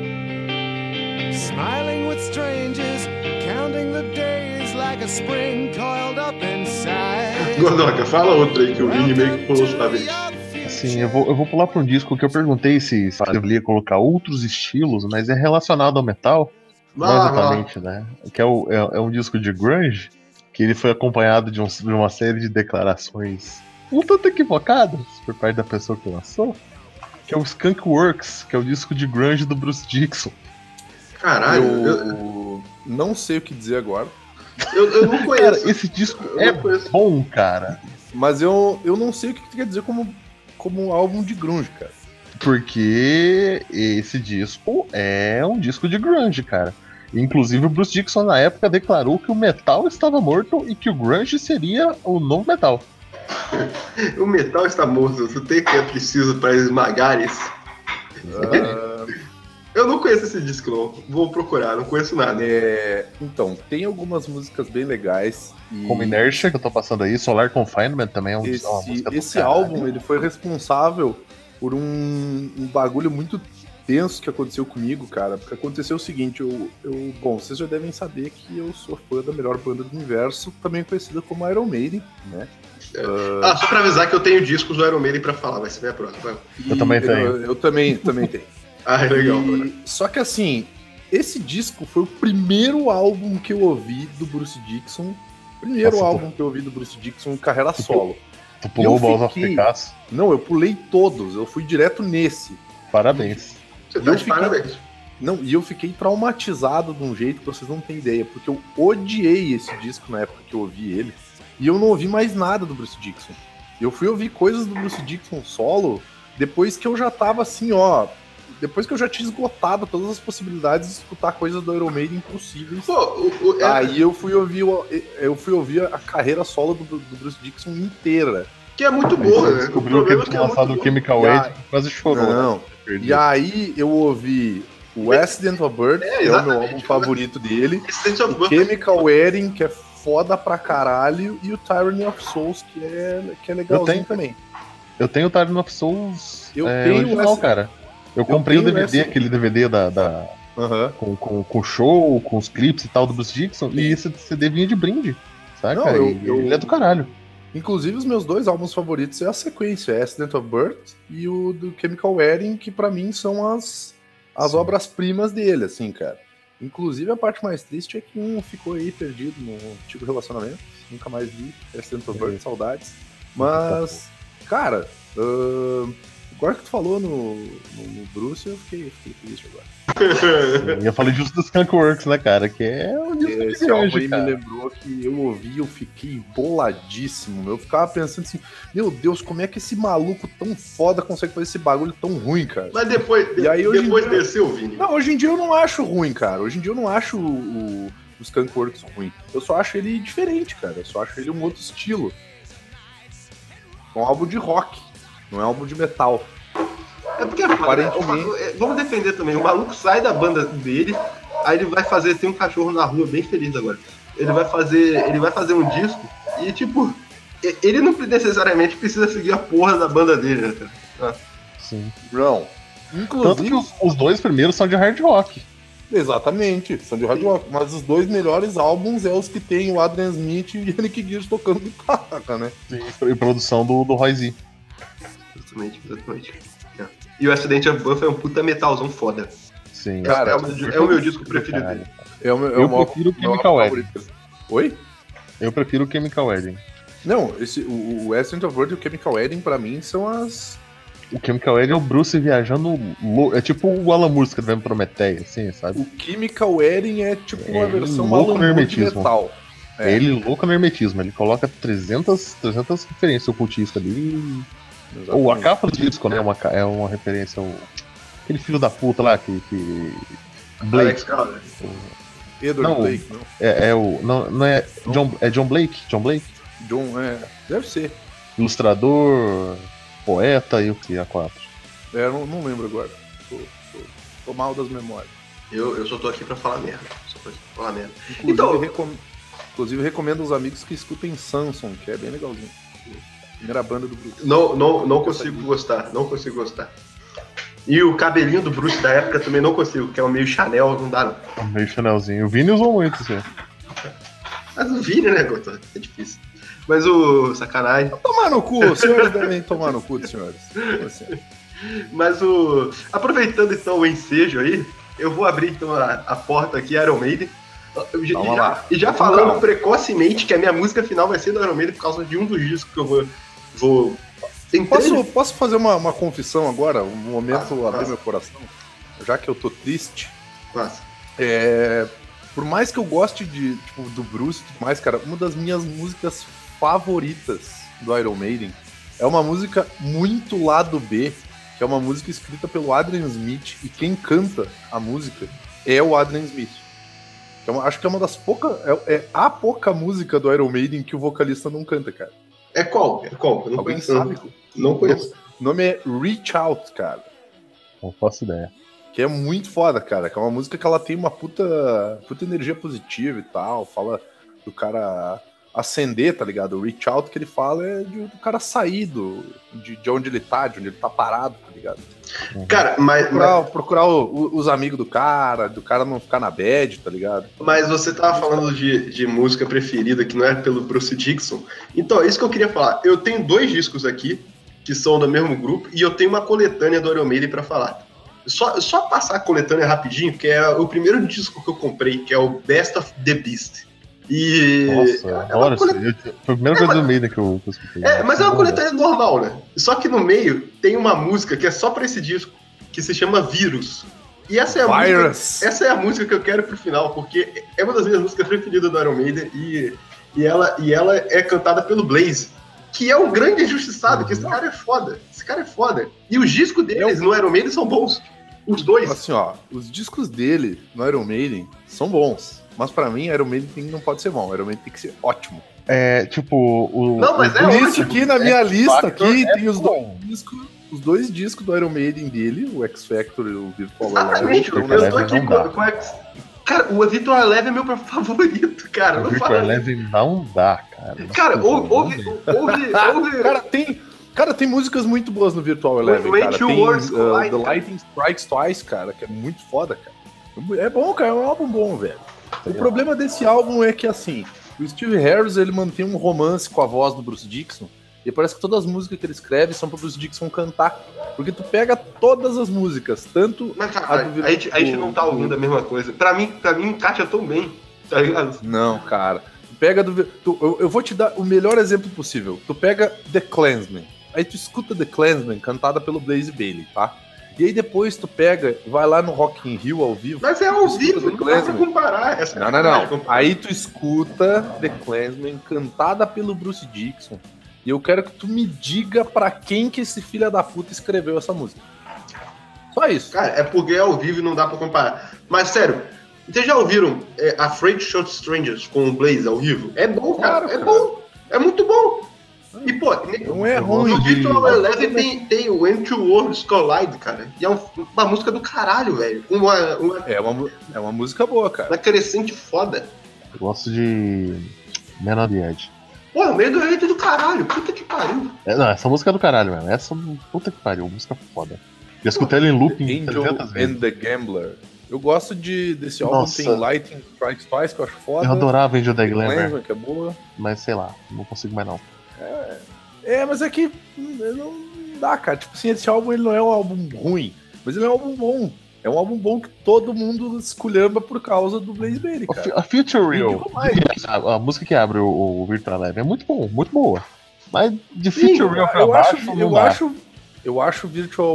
Smiling with strangers, counting the days like a spring coiled up inside. Gordoca, fala outra aí que o Vini meio que pulou sua vez. Assim, eu vou pular pra um disco que eu perguntei se eu ia colocar outros estilos, mas é relacionado ao metal. Basicamente, né? Que é um disco de grunge, que ele foi acompanhado de uma série de declarações um tanto equivocadas por parte da pessoa que lançou, que é o Skunk Works, que é o disco de grunge do Bruce Dickinson. Caralho, eu não sei o que dizer agora. Eu não conheço. Cara, esse disco bom, cara. Mas eu não sei o que quer dizer como álbum de grunge, cara. Porque esse disco é um disco de grunge, cara. Inclusive o Bruce Dickinson na época declarou que o metal estava morto e que o grunge seria o novo metal. O metal está morto, tu tem que é preciso para esmagar isso. Eu não conheço esse disco, não. Vou procurar, não conheço nada. Então, tem algumas músicas bem legais. Como Inertia, que eu tô passando aí, Solar Confinement também é uma música. Esse álbum, ele foi responsável por um bagulho muito tenso que aconteceu comigo, cara. Porque aconteceu o seguinte, bom, vocês já devem saber que eu sou fã da melhor banda do universo, também conhecida como Iron Maiden, né? Só pra avisar que eu tenho discos do Iron Maiden pra falar, vai ser minha próxima. Eu também tenho. Eu também tenho. Ah, é legal. Só que assim, esse disco foi o primeiro álbum que eu ouvi do Bruce Dickinson. Álbum que eu ouvi do Bruce Dickinson em carreira solo. Tu pulou o Balls of Picasso? Não, eu pulei todos, eu fui direto nesse. Parabéns. Você tá de parabéns. Não, e eu fiquei traumatizado de um jeito que vocês não têm ideia, porque eu odiei esse disco na época que eu ouvi ele, e eu não ouvi mais nada do Bruce Dickinson. Eu fui ouvir coisas do Bruce Dickinson solo depois que eu já tava assim, ó. Depois que eu já tinha esgotado todas as possibilidades de escutar coisas do Iron Maiden impossíveis. Pô, aí eu fui ouvir a carreira solo do Bruce Dickinson inteira. Que é muito boa, né? Descobriu que ele tinha lançado o Chemical Wedding e quase chorou. Não. Né? E aí eu ouvi o Accident of Birth, que é o meu álbum favorito dele. O Chemical Wedding, que é foda pra caralho. E o Tyranny of Souls, que é legalzinho também. Eu tenho o Tyranny of Souls original, cara. Eu comprei o DVD, aquele DVD com o show, com os clipes e tal do Bruce Dickinson, e esse CD vinha de brinde, saca? Não, ele é do caralho. Inclusive, os meus 2 álbuns favoritos é a sequência, Accident of Birth e o do Chemical Wedding, que pra mim são as obras-primas dele, assim, cara. Inclusive, a parte mais triste é que um ficou aí perdido no antigo relacionamento, nunca mais vi, Accident of Birth, saudades. Mas, cara, agora que tu falou no Bruce, eu fiquei triste agora. Eu falei justo do Skunkworks, né, cara? Que é o disco esse álbum aí me lembrou que eu ouvi, eu fiquei boladíssimo. Eu ficava pensando assim, meu Deus, como é que esse maluco tão foda consegue fazer esse bagulho tão ruim, cara? Mas depois desceu, Vini. Não, hoje em dia eu não acho ruim, cara. Hoje em dia eu não acho o Skunkworks ruim. Eu só acho ele diferente, cara. Eu só acho ele um outro estilo. É um álbum de rock, não é um álbum de metal. É porque, vamos defender também, o maluco sai da banda dele, aí ele vai fazer, tem um cachorro na rua bem feliz agora, ele vai fazer um disco e tipo, ele não necessariamente precisa seguir a porra da banda dele, né, cara? Sim. Não. Inclusive, tanto que os 2 primeiros são de hard rock. Exatamente, são de hard rock, mas os 2 melhores álbuns é os que tem o Adrian Smith e o Nick Gage tocando guitarra, né? Sim, e produção do Roy Z. Exatamente. E o Accident of Birth é um puta metalzão foda. Sim. Cara, é o meu disco preferido dele. Eu prefiro o Chemical Wedding. Oi? Eu prefiro o Chemical Wedding. Não, o Accident of Birth e o Chemical Wedding pra mim são as... O Chemical Wedding é o Bruce viajando... É tipo o Alan Moore escrevendo Prometheia, assim, sabe? O Chemical Wedding é tipo uma versão Alan Moore de metal. Ele louco no hermetismo. Ele coloca 300 referências ocultistas ali. Ou a capa do disco, né? É uma referência ao... Aquele filho da puta lá que Blake. Edward Blake, não? Não é John Blake? Deve ser. Ilustrador, poeta e o que? A4. Não lembro agora. Tô mal das memórias. Eu só tô aqui pra falar merda. Inclusive, recomendo aos amigos que escutem Samson, que é bem legalzinho. Primeira banda do Bruce. Não consigo gostar. E o cabelinho do Bruce da época também não consigo, que é o meio Chanel, não dá não. Meio Chanelzinho. O Vini usou muito isso aí. Mas o Vini, né, Goto? É difícil. Mas o sacanagem... Tomar no cu, os senhores devem tomar no cu dos senhores. Mas aproveitando então o ensejo aí, eu vou abrir então a porta aqui, Iron Maiden. E já falando precocemente que a minha música final vai ser do Iron Maiden por causa de um dos discos que eu vou... Posso fazer uma confissão agora? Um momento abrir meu coração? Já que eu tô triste. Por mais que eu goste do Bruce e tudo mais, cara, uma das minhas músicas favoritas do Iron Maiden é uma música muito lado B, que é uma música escrita pelo Adrian Smith, e quem canta a música é o Adrian Smith. Acho que é uma das poucas... É a pouca música do Iron Maiden que o vocalista não canta, cara. É qual? Alguém sabe? Não conheço. O nome é Reach Out, cara. Não faço ideia. Que é muito foda, cara. Que é uma música que ela tem uma puta energia positiva e tal. Fala do cara ascender, tá ligado? O Reach Out que ele fala é do cara sair de onde ele tá, de onde ele tá parado, tá ligado? Cara, procurar os amigos do cara não ficar na bad, tá ligado? Mas você tava falando de música preferida que não é pelo Bruce Dickinson. Então, é isso que eu queria falar. Eu tenho 2 discos aqui, que são do mesmo grupo, e eu tenho uma coletânea do Iron Maiden pra falar. Só passar a coletânea rapidinho, que é o primeiro disco que eu comprei, que é o Best of the Beast. E... Nossa, adoro isso. Foi a primeira coisa do Maiden que eu escutei. Mas é uma coletânea normal, né? Só que no meio tem uma música que é só pra esse disco, que se chama Vírus. E essa é, Virus. essa é a música que eu quero pro final, porque é uma das minhas músicas preferidas do Iron Maiden e ela é cantada pelo Blaze, que é um grande injustiçado, que esse cara é foda. Esse cara é foda. E os discos deles no Iron Maiden são bons. Os dois. Assim, ó, os discos dele no Iron Maiden são bons. Mas pra mim, Iron Maiden não pode ser bom. Iron Maiden tem que ser ótimo. É, tipo, Não, mas Por isso que na minha lista aqui tem os bom. dois discos do Iron Maiden dele, o X Factor e o Virtual Exatamente, Eleven. eu tô aqui não dá. com Cara, o Virtual Eleven é meu favorito, cara. O Não Virtual fala. Eleven não dá, cara. Cara, ouve. Cara, tem músicas muito boas no Virtual Eleven, When cara. Two Tem Worlds Collide, The cara. Lightning Strikes Twice, cara, que é muito foda, cara. É bom, cara, é um álbum bom, velho. O problema desse álbum é que, assim, o Steve Harris, ele mantém um romance com a voz do Bruce Dickinson, e parece que todas as músicas que ele escreve são pro Bruce Dickinson cantar. Porque tu pega todas as músicas, tanto Mas, a cara, do a gente não tá ouvindo a mesma coisa. Pra mim encaixa tão bem, tá ligado? Não, cara. Tu pega eu vou te dar o melhor exemplo possível. Tu pega The Klansman. Aí tu escuta The Klansman cantada pelo Blaze Bayley, tá? E aí depois tu pega, vai lá no Rock in Rio ao vivo. Mas é tu ao escuta vivo, The não dá pra Klansman. comparar. Não. Aí tu escuta The Klansman cantada pelo Bruce Dickinson. E eu quero que tu me diga pra quem que esse filho da puta escreveu essa música. Só isso. Cara, é porque é ao vivo e não dá pra comparar. Mas sério, vocês já ouviram Afraid to Show Strangers com o Blaze ao vivo? É bom, cara. Claro, É bom. É muito bom. E, pô, Não é ruim. no Virtual Eleven tem o When Two Worlds Collide, cara. E é uma música do caralho, velho. É uma música boa, cara. Uma crescente foda. Eu gosto de Man on the Edge. Pô, o meio do rei do caralho. Puta que pariu. Não, essa música é do caralho, mano. Essa, puta que pariu, música foda. Já escutei ela em looping Angel 300 vezes. and the Gambler. Eu gosto desse álbum, Nossa. tem Lightning Strikes Twice, que eu acho foda. Eu adorava Angel the Glamour, Glamour, que é boa. mas sei lá, não consigo mais não. Mas é que não dá, cara. Tipo assim, esse álbum ele não é um álbum ruim, mas ele é um álbum bom. É um álbum bom que todo mundo esculhamba por causa do Blaze Bayley, cara. A Future Real, digo mais. a música que abre o Virtual Eleven é muito bom, muito boa. Mas de Future Real pra eu baixo, acho, não eu dá. acho, eu acho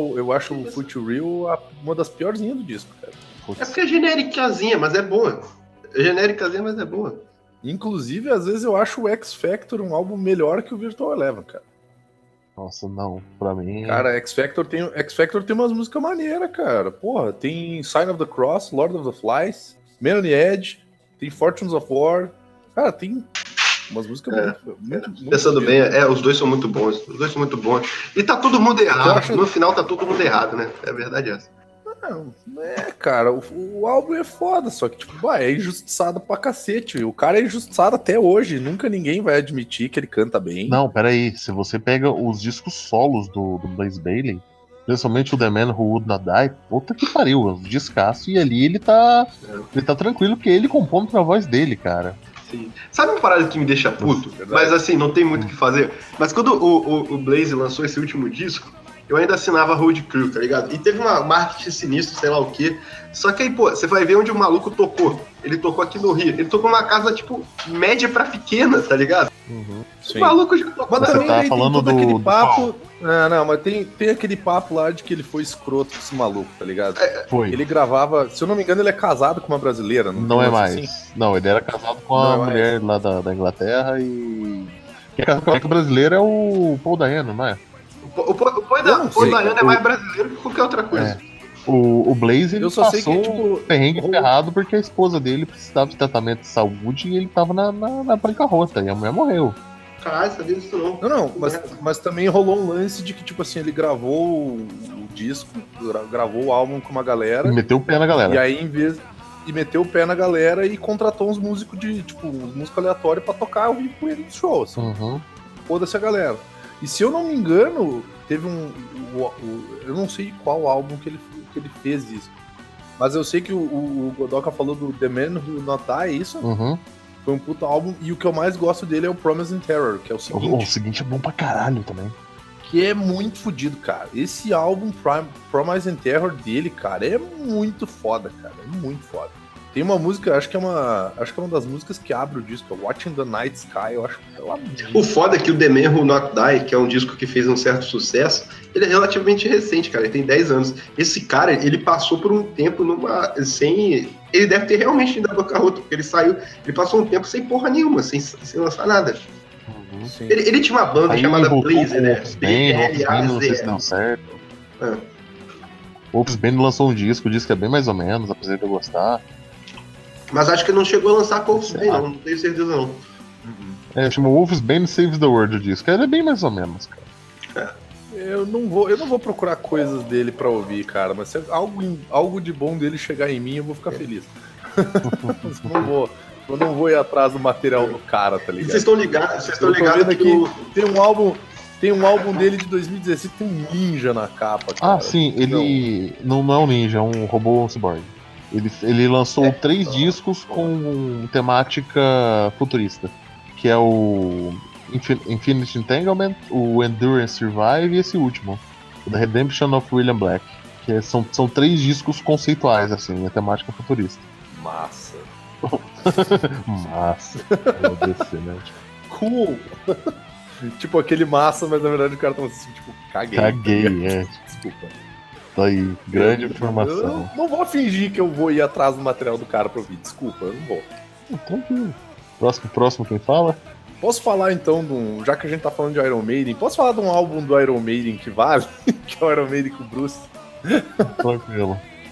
o Future Real uma das piorzinhas do disco, cara. É porque é genéricazinha, mas é boa. É genéricazinha, mas é boa. Inclusive, às vezes eu acho o X Factor um álbum melhor que o Virtual Eleven, cara. Nossa, não, pra mim... Cara, X Factor tem umas músicas maneiras, cara. Porra, tem Sign of the Cross, Lord of the Flies, Man on the Edge, tem Fortunes of War. Cara, tem umas músicas muito Pensando bem, bonitas. os dois são muito bons. Os dois são muito bons. E tá todo mundo errado. Eu acho- No final tá todo mundo errado, né? É verdade essa. Não é, cara, o álbum é foda, só que, tipo, é injustiçado pra cacete. O cara é injustiçado até hoje. Nunca ninguém vai admitir que ele canta bem. Não, peraí, se você pega os discos solos do Blaze Bayley, principalmente o The Man Who Would Not Die, puta que pariu, os descasso, e ali ele tá tranquilo, porque ele compõe pra voz dele, cara. Sim. Sabe uma parada que me deixa puto? Verdade. Mas assim, não tem muito o que fazer. Mas quando o Blaze lançou esse último disco, eu ainda assinava Road Crew, tá ligado? E teve uma marketing sinistro, sei lá o quê. Só que aí, pô, você vai ver onde o maluco tocou. Ele tocou aqui no Rio. Ele tocou numa casa, tipo, média pra pequena, tá ligado? Sim. O maluco já tocou. Mas Você também tá aí falando tem todo aquele do papo. Não, mas tem aquele papo lá de que ele foi escroto com esse maluco, tá ligado? Foi. Ele gravava, se eu não me engano, ele é casado com uma brasileira, não Não tem é um mais. lance assim? Não, ele era casado com Não a é mais. mulher lá da Inglaterra e. Quem é casado com o brasileiro é o Paul Dayano, não é? O Poi Eu não sei, Dayano cara. é mais brasileiro que qualquer outra coisa. O Blaze ele Eu só sei passou que, tipo, perrengue rolou- ferrado porque a esposa dele precisava de tratamento de saúde e ele tava na bancarrota e a mulher morreu. Caralho, sabia disso não. Não, mas também rolou um lance de que, tipo assim, ele gravou o disco, gravou o álbum com uma galera, E meteu o pé na galera. e aí e meteu o pé na galera e contratou uns músicos uns músicos aleatórios pra tocar ao vivo com ele no show, assim. Uhum. Foda-se a galera. E se eu não me engano, teve eu não sei qual álbum que ele fez isso. Mas eu sei que o Godoka falou do The Man Who Will Not Die, isso Uhum. foi um puta álbum. E o que eu mais gosto dele é o Promising Terror, que é o O seguinte, seguinte é bom pra caralho também. que é muito fodido, cara. Esse álbum Promising Terror dele, cara, é muito foda, cara. É muito foda. Tem uma música, acho que é uma das músicas que abre o disco, Watching the Night Sky, eu acho que ela... O foda é que o The Man Who Not Die, que é um disco que fez um certo sucesso, ele é relativamente recente, cara, ele tem 10 anos. Esse cara, ele passou por um tempo sem... Ele deve ter realmente ido da bancarrota, porque ele passou um tempo sem porra nenhuma, sem lançar nada. Ele tinha uma banda aí chamada voltou Blaze, né? Não sei se deu certo. O Wolf's Bane lançou um disco, o disco é bem mais ou menos, apesar de eu gostar. Mas acho que não chegou a lançar com o Wolf's Bane, não tenho certeza não. Chama Wolf's Bane Saves the World o disco. Ele é bem mais ou menos, cara. Eu não vou procurar coisas dele pra ouvir, cara, mas se algo de bom dele chegar em mim, eu vou ficar feliz. Eu não vou ir atrás do material do cara, tá ligado? Vocês estão ligados que tem um álbum dele de 2016 que tem um ninja na capa, cara. Ah, sim, ele não é um ninja, é um robô cyborg. Ele lançou 3 discos com temática futurista, que é o Infinite Entanglement, o Endurance Survive e esse último, o The Redemption of William Black, que são 3 discos conceituais, assim, a temática futurista. Massa. Massa. Né? Cool. Tipo aquele massa, mas na verdade o cara tava assim, tipo, caguei. Desculpa. Tá aí, grande informação. Eu não vou fingir que eu vou ir atrás do material do cara pra ouvir, desculpa, eu não vou. Tranquilo. Próximo quem fala? Posso falar então, já que a gente tá falando de Iron Maiden, posso falar de um álbum do Iron Maiden que vale? Que é o Iron Maiden com o Bruce. Tranquilo.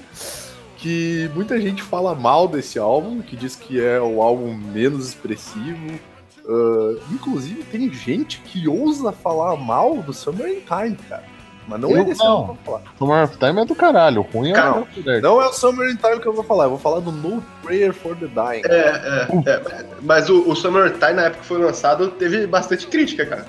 Que muita gente fala mal desse álbum, que diz que é o álbum menos expressivo. Inclusive tem gente que ousa falar mal do Summer in Time, cara. Mas não é desse álbum que eu vou falar. Summer of Time é do caralho, o ruim é não é o Summer in Time que eu vou falar, eu vou falar do No Prayer for the Dying. Mas o Summer in Time, na época que foi lançado, teve bastante crítica, cara.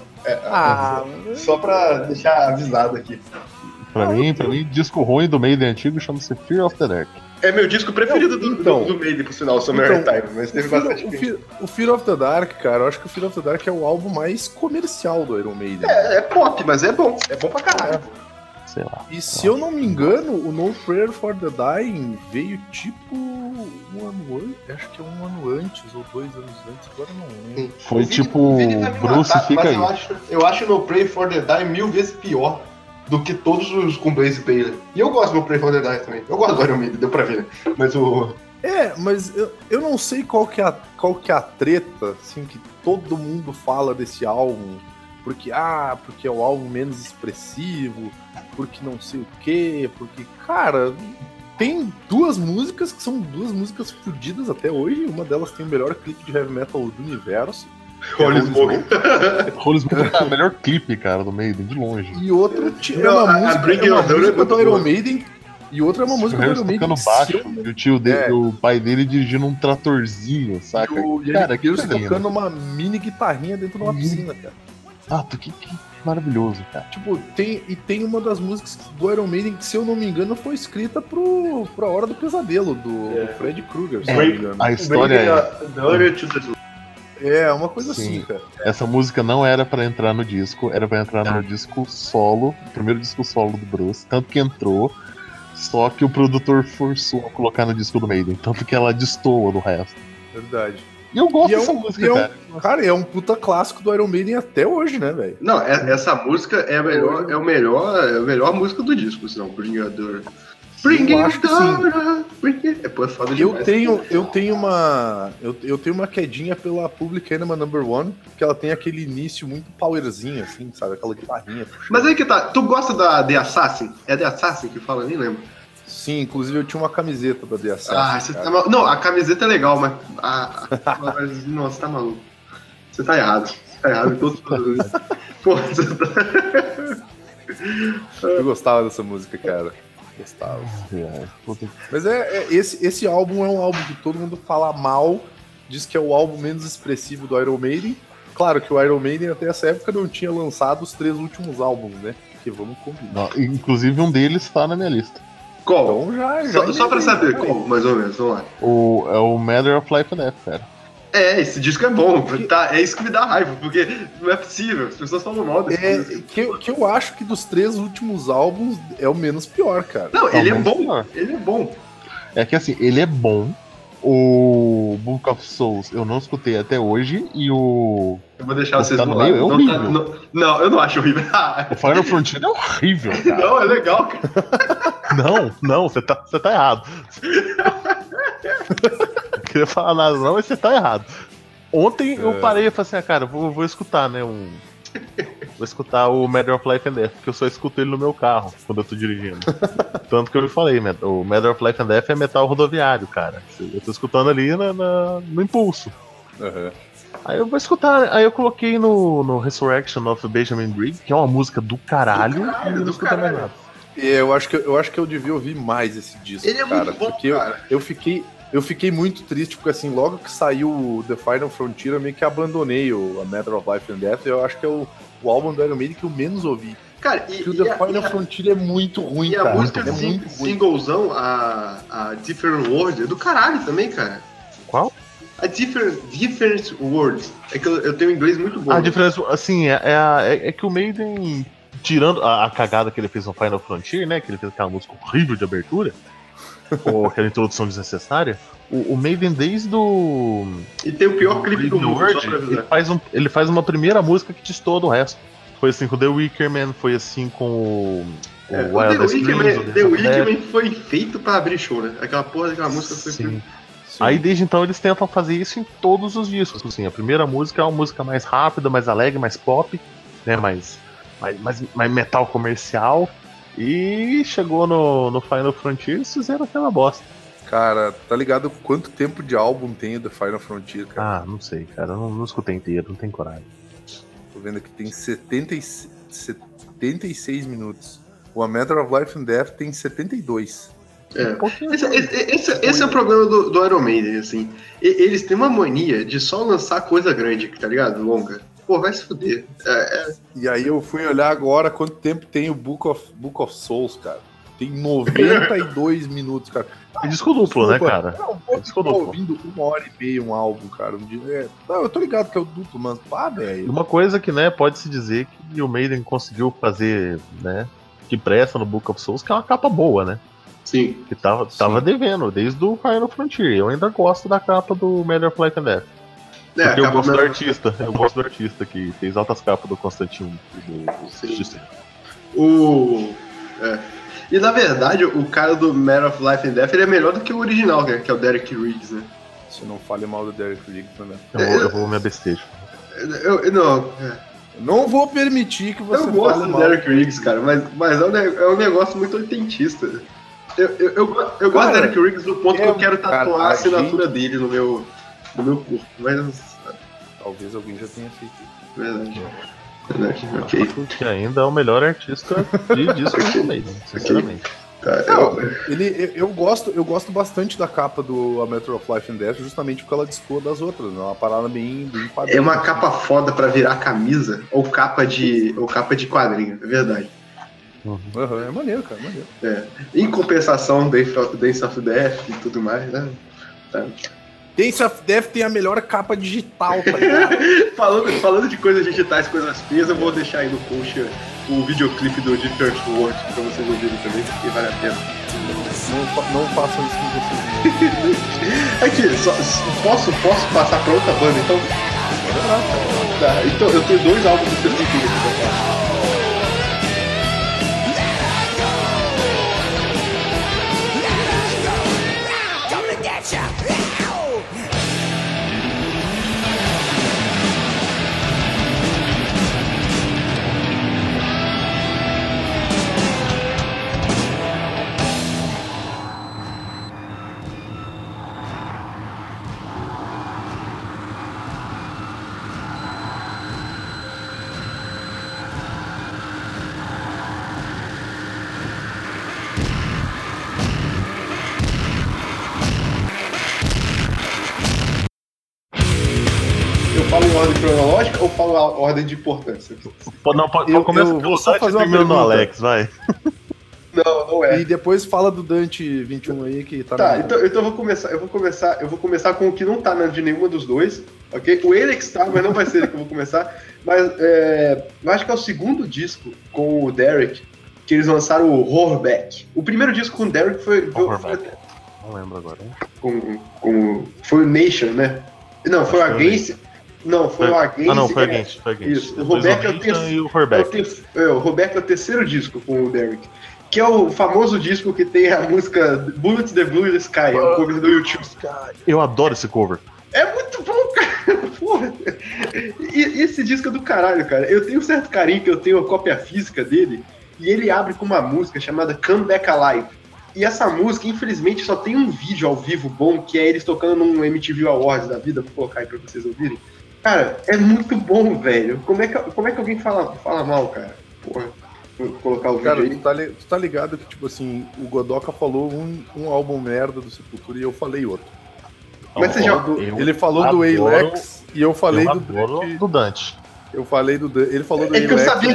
Só pra deixar avisado aqui. Pra mim, disco ruim do Maiden antigo chama-se Fear of the Dark. É meu disco preferido do Maiden, por sinal, o Summer in Time, mas teve bastante crítica. O Fear of the Dark, cara, eu acho que o Fear of the Dark é o álbum mais comercial do Iron Maiden. É pop, mas é bom. É bom pra caralho. Sei lá. E se eu não me engano, o No Prayer for the Dying veio tipo um ano antes, acho que é um ano antes ou 2 anos antes, agora não lembro. Foi tipo, Bruce, fica aí. Eu acho o No Prayer for the Dying 1000 vezes pior do que todos os com Blaze Baylor. E eu gosto do No Prayer for the Dying também. Eu gosto do Iron Maiden, deu pra ver, né? Mas mas eu não sei qual que é a treta, assim, que todo mundo fala desse álbum. Porque é o álbum menos expressivo, porque não sei o quê, porque, cara, tem 2 músicas que são 2 músicas fodidas até hoje. Uma delas tem o melhor clipe de heavy metal do universo. Holy Smoke. Holy Smoke é o melhor clipe, cara, do Maiden, de longe. E outra é uma música do Iron Maiden. E outra é uma música do Iron Maiden. Tocando baixo, e o tio dele, o pai dele dirigindo um tratorzinho, saca? E cara, que tocando uma mini guitarrinha dentro de uma piscina, cara. Que maravilhoso, cara. Tipo, tem uma das músicas do Iron Maiden que, se eu não me engano, foi escrita pra Hora do Pesadelo, do Fred Krueger, se não me engano. A história é uma coisa assim, cara. Essa música não era pra entrar no disco, era pra entrar no disco solo, o primeiro disco solo do Bruce, tanto que entrou, só que o produtor forçou a colocar no disco do Maiden, tanto que ela destoa do resto. Verdade. E eu gosto dessa música, cara. Cara, é um puta clássico do Iron Maiden até hoje, né, velho? Não, essa música é a melhor música do disco, senão, Bring Your Door. Bring Your Door. É foda demais. Eu tenho uma quedinha pela Public Enemy No. 1, que ela tem aquele início muito powerzinho, assim, sabe? Aquela guitarrinha. Mas aí que tá, tu gosta da The Assassin? É The Assassin que fala? Nem lembro. Sim, inclusive eu tinha uma camiseta da The Assassin. Você tá maluco. Não, a camiseta é legal, mas. Nossa, você tá maluco. Você tá errado. Você tá errado em todos os. Pô, você tá. Eu gostava dessa música, cara. Gostava. Mas esse álbum é um álbum que todo mundo fala mal, diz que é o álbum menos expressivo do Iron Maiden. Claro que o Iron Maiden até essa época não tinha lançado os 3 últimos álbuns, né? Que vamos combinar. Não, inclusive um deles tá na minha lista. Qual? Então só pra saber, qual, mais ou menos, vamos lá. É o Matter of Life and Death, cara. Esse disco é bom, tá? É isso que me dá raiva, porque não é possível, as pessoas falam mal desse disco. Que eu acho que dos 3 últimos álbuns é o menos pior, cara. Não, ele é bom, ele é bom. É que assim, ele é bom, O Book of Souls eu não escutei até hoje e o. Eu vou deixar vocês tá no no lado. meio, é Não, horrível. não, eu não acho horrível. O Final Frontier é horrível, cara. Não, é legal, cara. Não, você tá errado. Não queria falar nada, não, mas você tá errado. Ontem eu parei e falei assim, cara, vou escutar, né? Vou escutar o Matter of Life and Death, porque eu só escuto ele no meu carro quando eu tô dirigindo. Tanto que eu falei, o Matter of Life and Death é metal rodoviário, cara. Eu tô escutando ali no impulso. Uhum. Aí eu vou escutar, aí eu coloquei no Resurrection of Benjamin Briggs, que é uma música do caralho, e não escuta mais nada. Eu acho que eu devia ouvir mais esse disco, Ele é cara, muito bom, porque cara. Eu fiquei muito triste, porque assim, logo que saiu o The Final Frontier, eu meio que abandonei a Matter of Life and Death, eu acho que é o álbum do Iron Maiden que eu menos ouvi. Cara, Porque o The Final Frontier é muito ruim, e a cara. música É muito ruim. singlezão, a Different World, é do caralho também, cara. Qual? A Different World. É que eu tenho um inglês muito bom. A diferença, assim, é que o Maiden, tirando a cagada que ele fez no Final Frontier, né? Que ele fez aquela música horrível de abertura, ou aquela introdução desnecessária, o Maiden desde o. E tem o pior clipe do mundo, só pra avisar. ele faz uma primeira música que destoa do resto. Foi assim com The Wicker Man, foi assim com o Wildest Dreams. The Wicker Man foi feito pra abrir show, né? Aquela porra daquela música foi Sim. feita. Aí desde então eles tentam fazer isso em todos os discos. Assim, a primeira música é uma música mais rápida, mais alegre, mais pop, né? Mais metal comercial. E chegou no Final Frontier e fizeram aquela bosta. Cara, tá ligado quanto tempo de álbum tem o The Final Frontier, cara? Ah, não sei, cara. Eu não escutei inteiro, não tem coragem. Tô vendo que tem 76 minutos. O A Matter of Life and Death tem 72. Esse é o problema do Iron Maiden, assim. Eles têm uma mania de só lançar coisa grande, tá ligado? Longa. Pô, vai se fuder. E aí eu fui olhar agora quanto tempo tem o Book of Souls, cara. Tem 92 minutos, cara. É disco duplo, né, cara? Não, É disco tô duplo. ouvindo 1h30 um álbum, cara. Não, eu tô ligado que é o duplo, mas pá, velho. Uma coisa que, né, pode-se dizer que o Maiden conseguiu fazer, né, que presta no Book of Souls, que é uma capa boa, né? Sim. Que tava devendo, desde o Final Frontier. Eu ainda gosto da capa do Matter of Life and Death. Porque eu gosto do artista. Eu gosto do artista que fez altas capas do Constantine e do Justiça. E na verdade, o cara do Matter of Life and Death ele é melhor do que o original, né? Que é o Derek Riggs, né? Se não fale mal do Derek Riggs também. Eu vou me abster. Não vou permitir que você Eu gosto fale do mal. Derek Riggs, cara, mas é um negócio muito oitentista. Eu gosto do Derek Riggs do ponto que eu quero tatuar a assinatura dele no meu corpo, mas... Talvez alguém já tenha feito isso. Verdade, ok. Que ainda é o melhor artista de disco do Maiden, sinceramente. Tá, Eu gosto bastante da capa do A Matter of Life and Death, justamente porque ela destoa das outras, né? É uma parada bem é uma capa foda pra virar camisa ou capa de quadrinho, é verdade. É maneiro, cara, maneiro. Em compensação, Dance of Death e tudo mais, né? Tá. Dance of Death tem a melhor capa digital, tá ligado? falando de coisas digitais, coisas feias, eu vou deixar aí no post o videoclipe do Different World pra vocês ouvirem também, porque vale a pena. Não façam isso com vocês. Aqui, posso passar pra outra banda, então? Tá, então eu tenho 2 álbuns do Sepultura aqui pra falar. Falo em ordem cronológica ou falo a ordem de importância? Não, começa eu vou só Dante fazer uma termina no pergunta. Alex, vai. Não é. E depois fala do Dante 21 aí que tá. Tá, então eu vou começar com o que não tá de nenhuma dos dois, ok? O Alex tá, mas não vai ser ele que eu vou começar. Mas eu acho que é o segundo disco com o Derek que eles lançaram o Horrorback. O primeiro disco com o Derek foi Não lembro agora. Foi o Nation, né? Não, foi o Against. Não, foi o Against. Não, foi Against. Foi Against. Isso, o Roberto e o Horbeck. O Roberto é o terceiro disco com o Derek. Que é o famoso disco que tem a música Bullets the Blue in the Sky, é o cover do YouTube. Eu adoro esse cover. É muito bom, cara. Porra. E esse disco é do caralho, cara. Eu tenho um certo carinho que eu tenho a cópia física dele. E ele abre com uma música chamada Come Back Alive. E essa música, infelizmente, só tem um vídeo ao vivo bom, que é eles tocando num MTV Awards da vida. Vou colocar aí pra vocês ouvirem. Cara, é muito bom, velho. Como é que alguém fala mal, cara? Porra. Vou colocar o vídeo Cara, aí. tu tá ligado que, tipo assim, o Godoka falou um álbum merda do Sepultura e eu falei outro. Mas você já... Ele falou do Alex e eu falei do Dante. Eu falei do Dante. Ele falou do Alex.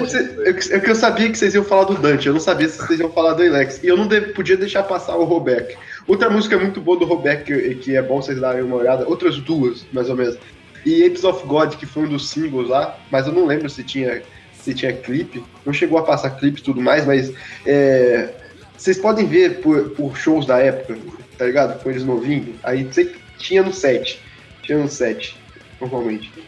Que eu sabia que vocês iam falar do Dante. Eu não sabia se vocês iam falar do Alex. E eu não podia deixar passar o Robeck. Outra música muito boa do Robeck, que é bom vocês darem uma olhada. Outras duas, mais ou menos. E Apes of God, que foi um dos singles lá. Mas eu não lembro se tinha clipe. Não chegou a passar clipe e tudo mais, mas... vocês podem ver por shows da época, tá ligado? Com eles novinhos. Aí sempre tinha no set. Normalmente.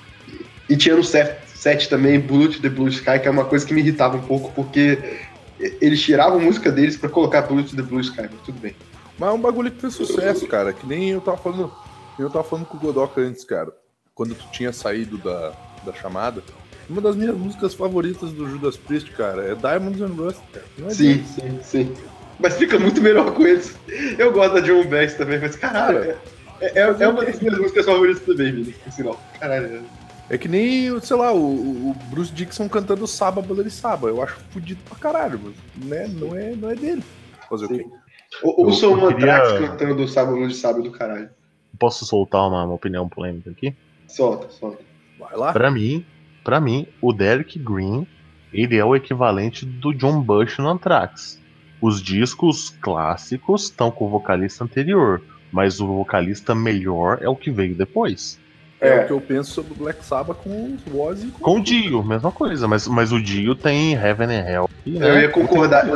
E tinha no set também Bullet the Blue Sky, que é uma coisa que me irritava um pouco, porque eles tiravam a música deles pra colocar Bullet the Blue Sky, mas tudo bem. Mas é um bagulho que fez sucesso, cara, que nem eu tava falando com o Godoka antes, cara, quando tu tinha saído da chamada. Uma das minhas músicas favoritas do Judas Priest, cara, é Diamonds and Rust, cara. Não é sim. Mas fica muito melhor com eles. Eu gosto da John Bass também, mas caralho, é uma das minhas músicas favoritas também, Vini, por sinal. Caralho. É que nem, sei lá, o Bruce Dickinson cantando Saba, Bloody Saba. Eu acho fodido pra caralho, mas né, não é dele. Fazer o quê? Ouça o Mandrax cantando Saba, Bloody Saba do caralho. Posso soltar uma opinião polêmica aqui? Solta. Vai lá. Pra mim, o Derek Green, ele é o equivalente do John Bush no Anthrax. Os discos clássicos estão com o vocalista anterior, mas o vocalista melhor é o que veio depois. É o que eu penso sobre o Black Sabbath com o Ozzy. Com o Dio, mesma coisa, mas o Dio tem Heaven and Hell. Né? Eu ia concordar,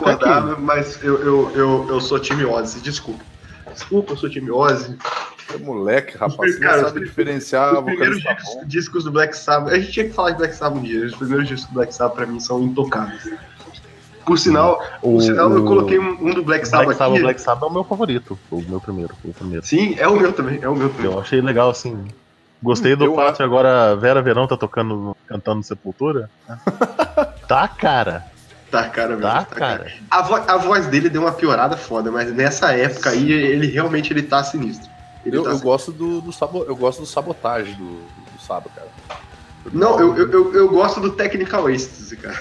mas eu sou time Ozzy, desculpa, eu sou time Ozzy. É moleque, rapaz, você não sabe diferenciar os primeiros discos do Black Sabbath. A gente tinha que falar de Black Sabbath um dia. Os primeiros discos do Black Sabbath pra mim são intocáveis. Por sinal, eu coloquei um do Black Sabbath aqui. O Black Sabbath é o meu favorito, o meu primeiro. Sim, é o meu também. Eu achei legal, assim. Gostei do fato que agora Vera Verão tá cantando Sepultura. Tá, cara. Tá, cara, mesmo. A voz dele deu uma piorada foda, mas nessa época aí ele tá sinistro. Eu gosto do sabotagem do Saba, cara. Não, eu gosto do Technical Ecstasy, cara.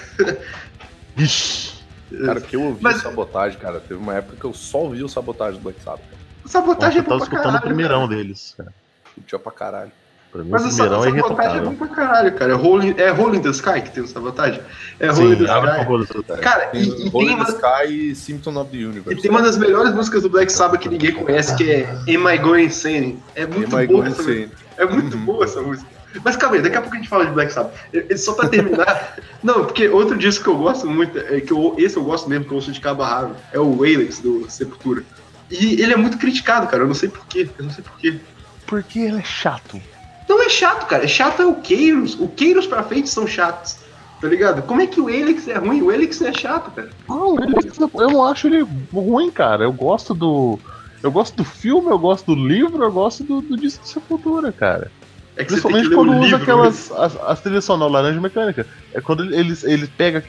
Ixi. Cara, que eu ouvi Sabotagem, cara. Teve uma época que eu só ouvi o Sabotagem do Black Sabbath. Sabotagem é bom pra caralho. Eu tava escutando o primeirão deles, cara. Curtia pra caralho. Pra mim, o primeirão é irretocável. Sabotagem é bom pra caralho, cara. É Rolling the Sky que tem o Sabotagem? É Rolling the Sky. Cara, Rolling the Sky e Symptom of the Universe. E tem uma das melhores músicas do Black Sabbath que ninguém conhece, que é Am I Going Insane? É muito boa essa música. É muito boa essa música. Mas calma aí, daqui a pouco a gente fala de Black Sabbath. Só pra terminar... Não, porque outro disco que eu gosto muito, esse eu gosto mesmo, que eu ouço de cabo a rabo, é o Alex, do Sepultura. E ele é muito criticado, cara, eu não sei porquê. Porque ele é chato. Não é chato, cara. Chato é o Keiros. O Keiros pra frente são chatos. Tá ligado? Como é que o Alex é ruim? O Alex não é chato, cara. Não, eu não acho ele ruim, cara. Eu gosto do filme, eu gosto do livro, eu gosto do disco de Sepultura, cara. É que principalmente quando usa aquelas as trilhas sonoras laranja mecânica. É quando eles pegam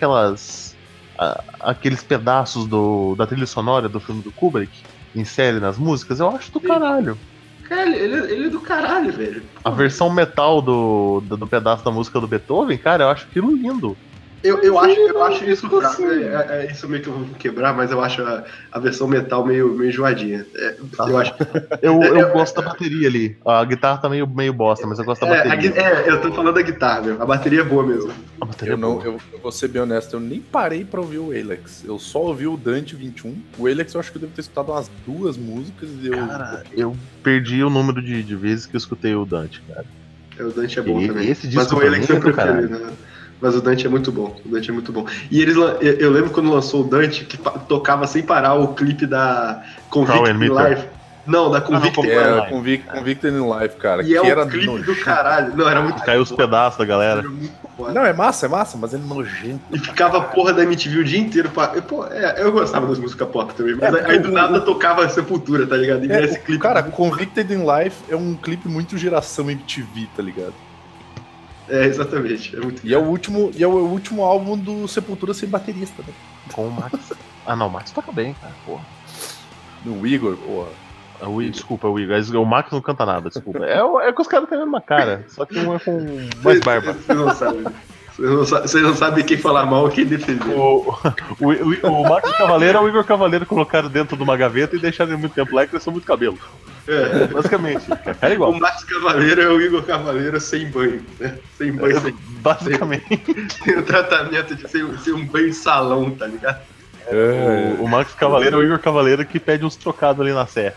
aqueles pedaços da trilha sonora do filme do Kubrick, insere nas músicas, eu acho do caralho. Cara, ele é do caralho, velho. A versão metal do pedaço da música do Beethoven, cara, eu acho aquilo lindo. Eu acho isso fraco. Isso meio que eu vou quebrar, mas eu acho a versão metal meio enjoadinha. Eu gosto da bateria ali. A guitarra tá meio bosta, mas eu gosto da bateria. Eu tô falando da guitarra mesmo. A bateria é boa mesmo. Eu vou ser bem honesto, eu nem parei pra ouvir o Alex. Eu só ouvi o Dante 21. O Alex eu acho que eu devo ter escutado umas 2 músicas. Cara, eu perdi o número de vezes que eu escutei o Dante, cara. O Dante é bom também. Esse disco mas o Alex eu prefiro, né? Mas o Dante é muito bom. O Dante é muito bom. E eu lembro quando lançou o Dante, que tocava sem parar o clipe da Convicted Life. Não, da Convicted Life. Convicted in Life, cara. E que é era um clipe nojento. do caralho. Não, era muito. Caiu os pedaços da galera. Era muito foda. Não, é massa, mas é nojento. E ficava a porra da MTV o dia inteiro. Eu gostava das músicas pop também, mas aí do nada tocava Sepultura, tá ligado? E esse clipe. Cara, Convicted in Life é um clipe muito geração MTV, tá ligado? É, exatamente. É muito E é o último álbum do Sepultura sem baterista, né? Com o Max. Ah, não, o Max toca bem, cara, porra. No Igor, porra. Desculpa, o Igor. O Max não canta nada, desculpa. É que os caras têm a mesma cara, só que um é com mais barba. Você não sabe. Você não sabe quem falar mal ou quem defender. O Max Cavaleiro é o Igor Cavaleiro colocaram dentro de uma gaveta e deixaram ele muito tempo lá e cresceu muito cabelo. É. Basicamente, cara, igual. O Max Cavaleiro é o Igor Cavaleiro sem banho, né? Sem banho, basicamente. Tem o tratamento de ser um banho salão, tá ligado? O Max Cavaleiro é o Igor Cavaleiro que pede uns trocados ali na serra.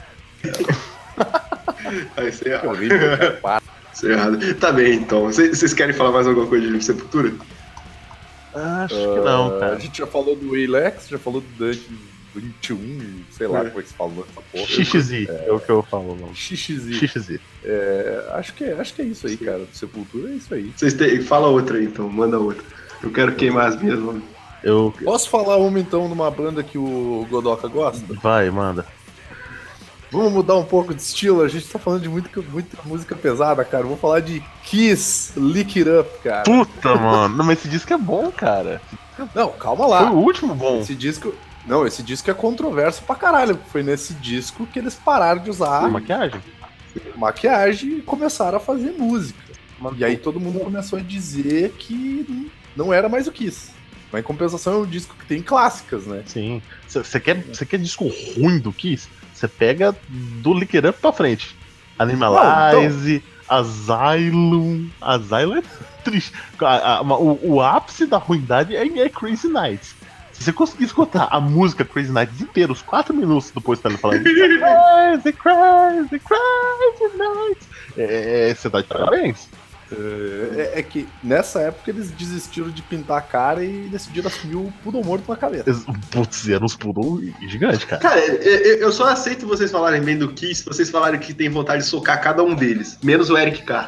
Isso é errado. Isso é errado. Tá bem, então. Vocês querem falar mais alguma coisa de Sepultura? Acho que não, cara. A gente já falou do Alex, já falou do Dante 21, sei lá como é que se fala essa porra. XXI, é o que eu falo, não. XXI. Acho que é isso aí, cara. Sepultura é isso aí. Fala outra aí, então. Manda outra. Eu quero queimar as minhas, mano. Posso falar uma, então, de uma banda que o Godoka gosta? Vai, manda. Vamos mudar um pouco de estilo, a gente tá falando de muita música pesada, cara. Vou falar de Kiss, Lick It Up, cara. Puta, mano. Não, mas esse disco é bom, cara. Não, calma lá. Foi o último bom. Esse disco é controverso pra caralho. Foi nesse disco que eles pararam de usar maquiagem e começaram a fazer música. E aí todo mundo começou a dizer que não era mais o Kiss. Mas em compensação é um disco que tem clássicas, né? Sim. Você quer disco ruim do Kiss? Você pega do Lick It Up pra frente. Animalize, Asylum. Asylum é triste. O ápice da ruindade é Crazy Nights. Se você conseguir escutar a música Crazy Nights inteira, os 4 minutos depois que ele falando Crazy Nights, você tá de parabéns. É que nessa época eles desistiram de pintar a cara e decidiram assumir o poodle morto na cabeça. Putz, eram uns poodle gigantes, cara. Cara, eu só aceito vocês falarem bem do Kiss se vocês falarem que tem vontade de socar cada um deles, menos o Eric Carr.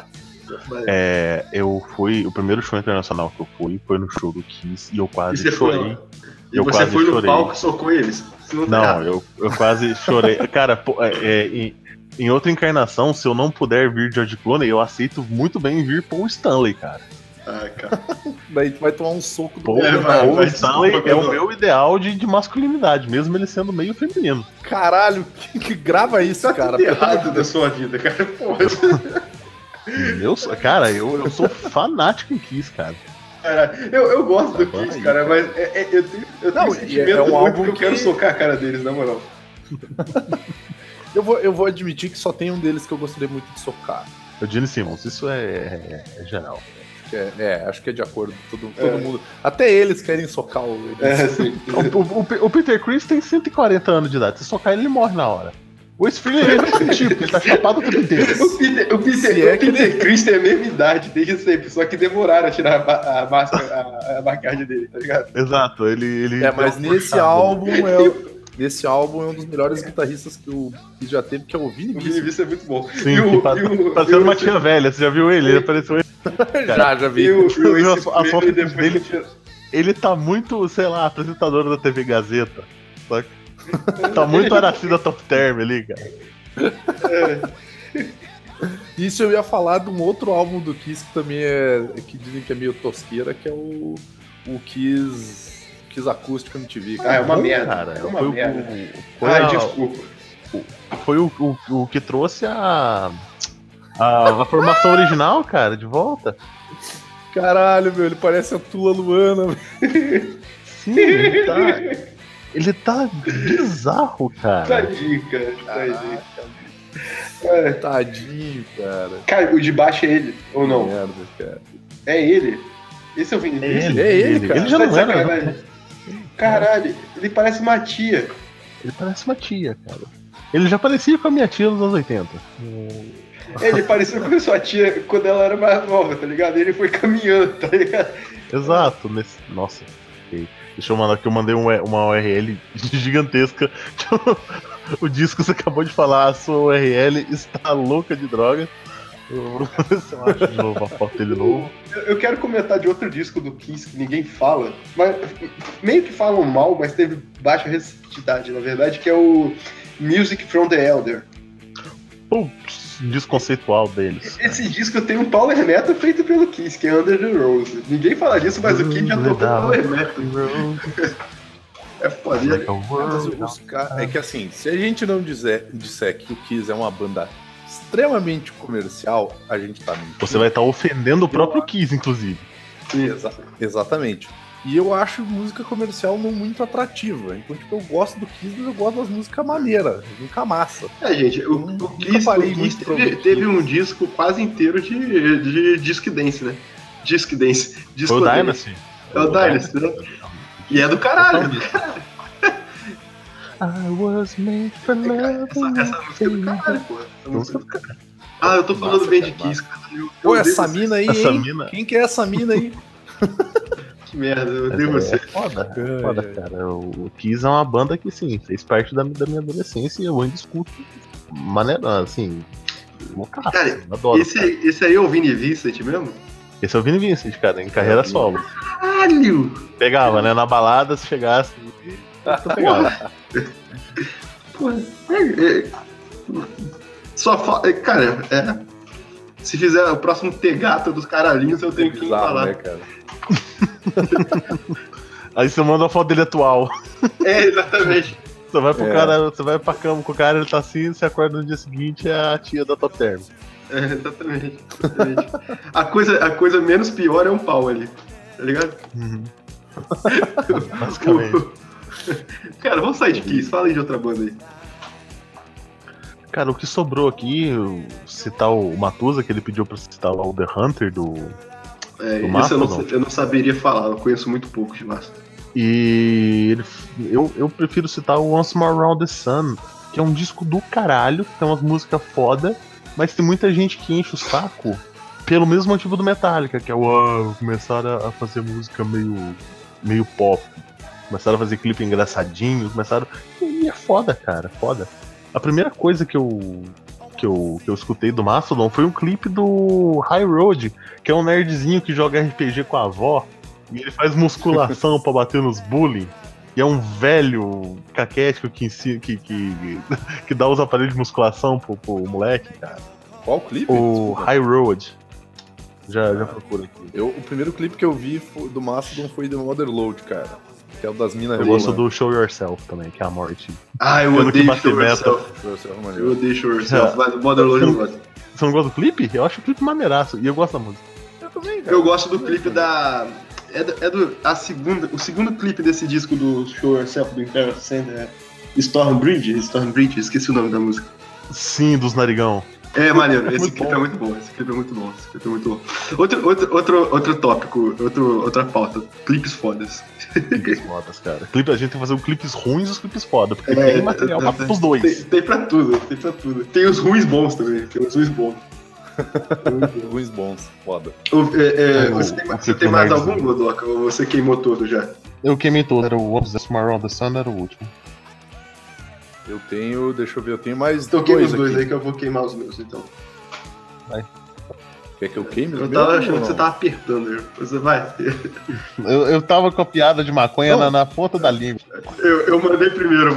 O primeiro show internacional que eu fui foi no show do Kiss e eu quase chorei. E você foi no palco e socou eles? Não, eu quase chorei. Cara, em outra encarnação, se eu não puder vir George Clooney, eu aceito muito bem vir Paul Stanley, cara. Ah, cara. Daí tu vai tomar um soco do Paul Stanley é o meu ideal de masculinidade, mesmo ele sendo meio feminino. Caralho, que grava isso, tá cara. Tudo errado da sua vida, cara. Porra. Cara, eu sou fanático em Kiss, cara. Eu gosto do Kiss, cara, mas eu tenho sentimento muito que eu quero socar a cara deles, na moral. Eu vou admitir que só tem um deles que eu gostaria muito de socar. O Gene Simmons, isso é geral. Acho que é de acordo todo mundo. Até eles querem socar o. Sim. O Peter Criss tem 140 anos de idade. Se socar ele morre na hora. O Spring vai sentir, porque ele tá chapado o tempo inteiro. O Peter Criss tem a mesma idade desde sempre, só que demoraram a tirar a maquiagem dele, tá ligado? Exato, ele mas nesse álbum é um dos melhores guitarristas que o Kiss já teve, que é o Vini Vici. O Vini Vici é muito bom. Sim, parecendo uma tia velha, você já viu ele? Ele apareceu. Já vi. As fotos dele. Ele tá muito, sei lá, apresentador da TV Gazeta. Só que tá muito Aracida Top Term ali, cara. Isso eu ia falar de um outro álbum do Kiss que também que dizem que é meio tosqueira, que é o Kiss acústico MTV. Cara. É uma merda, cara. É uma merda. Desculpa. Foi o que trouxe a formação original, cara, de volta. Caralho, meu, ele parece a Tula Luana. Sim, ele tá bizarro, cara. Tadinho, cara. Tadinho, cara. Cara, o de baixo é ele, ou não? Merda, cara. É ele? Esse é o Vini Vici? É ele, cara. Ele já não era. Caralho, ele parece uma tia. Ele parece uma tia, cara. Ele já parecia com a minha tia nos anos 80. Ele parecia com a sua tia quando ela era mais nova, tá ligado? Ele foi caminhando, tá ligado? Exato. Nossa. Ok. Deixa eu mandar aqui, eu mandei uma URL gigantesca. O disco você acabou de falar, a sua URL está louca de droga. Eu vou ver se eu acho de novo a foto dele novo. Eu quero comentar de outro disco do Kiss que ninguém fala, mas meio que falam mal, mas teve baixa receptividade, na verdade, que é o Music from the Elder. Putz, desconceitual deles. Esse disco tem um power metal feito pelo Kiss, que é Under the Rose. Ninguém fala disso, mas o Kiss já tocou power metal. É foda. É que assim, se a gente não disser que o Kiss é uma banda extremamente comercial, a gente tá mentindo. Você vai estar ofendendo o próprio Kiss, inclusive. Exatamente. E eu acho música comercial não muito atrativa. Então, tipo, eu gosto do Kiss, mas eu gosto das músicas maneiras, música massa. Gente, o Kiss teve um disco quase inteiro de Disc Dance, né? Disc Dance. Foi o Dynasty. É o Dynasty, né? E é do caralho. I was made for love. Essa música é do caralho, pô. Eu tô falando bem de Kiss, cara. Pô, essa mina aí, essa hein? mina... Quem que é essa mina aí? Que merda, eu odeio você. É foda, cara. O Kiss é uma banda que, sim, fez parte da minha adolescência e eu ainda escuto maneira, assim, loucaço. Cara, adoro. Esse aí é o Vini Vincent mesmo? Esse é o Vini Vincent, cara, em carreira solo. Caralho! Pegava, né? Na balada, se chegasse, tu pegava. Cara, se fizer o próximo Tegata dos caralhinhos, eu tenho que falar. Né, cara? Aí você manda a foto dele atual. Exatamente. Você vai pro cara, você vai pra cama com o cara, ele tá assim, você acorda no dia seguinte, é a tia da tua termo. Exatamente. A coisa menos pior é um pau ali, tá ligado? Uhum. Basicamente. Cara, vamos sair de Kiss, fala aí de outra banda aí. Cara, o que sobrou aqui, citar o Matusa, que ele pediu pra citar lá o The Hunter do Mastodon. Eu não saberia falar, eu conheço muito pouco de Mastodon. E eu prefiro citar o Once More Around the Sun, que é um disco do caralho, que tem umas músicas foda, mas tem muita gente que enche o saco pelo mesmo motivo do Metallica, que é começaram a fazer música meio pop, começaram a fazer clipe engraçadinho, E é foda, cara, foda. A primeira coisa que eu escutei do Mastodon foi um clipe do High Road, que é um nerdzinho que joga RPG com a avó, e ele faz musculação pra bater nos bullying. E é um velho caquético que dá os aparelhos de musculação pro moleque, cara. Qual clipe? O High Road. Já procura aqui. O primeiro clipe que eu vi do Mastodon foi do Motherload, cara. Que é o das minas. Eu gosto do Show Yourself também, que é a morte. Eu odeio Show Yourself. Eu odeio Show Yourself, mas o Motherload eu gosto. Você não gosta do clipe? Eu acho o clipe maneiraço, e eu gosto da música. Eu também, cara. Eu gosto do clipe da... o segundo clipe desse disco do Show Yourself do Imperial Sand, Stormbridge, esqueci o nome da música. Sim, dos narigão. É maneiro, esse clipe é muito bom. Outro tópico, outra pauta, clipes fodas. Clipes fodas, cara. A gente tem que fazer os clipes ruins e os clipes foda, porque tem material para os dois. Tem pra tudo. Tem os ruins bons também, Ruins bons, foda. Você tem mais algum, Godoka? Ou você queimou todo já? Eu queimei todo, era o Once More Around the Sun, era o último. Eu tenho, deixa eu ver, eu tenho mais então queima os dois aí que eu vou queimar os meus, então. Vai. Quer que eu queime? Eu tava achando que você tava apertando, você vai. Eu tava com a piada de maconha na ponta da língua. Eu mandei primeiro.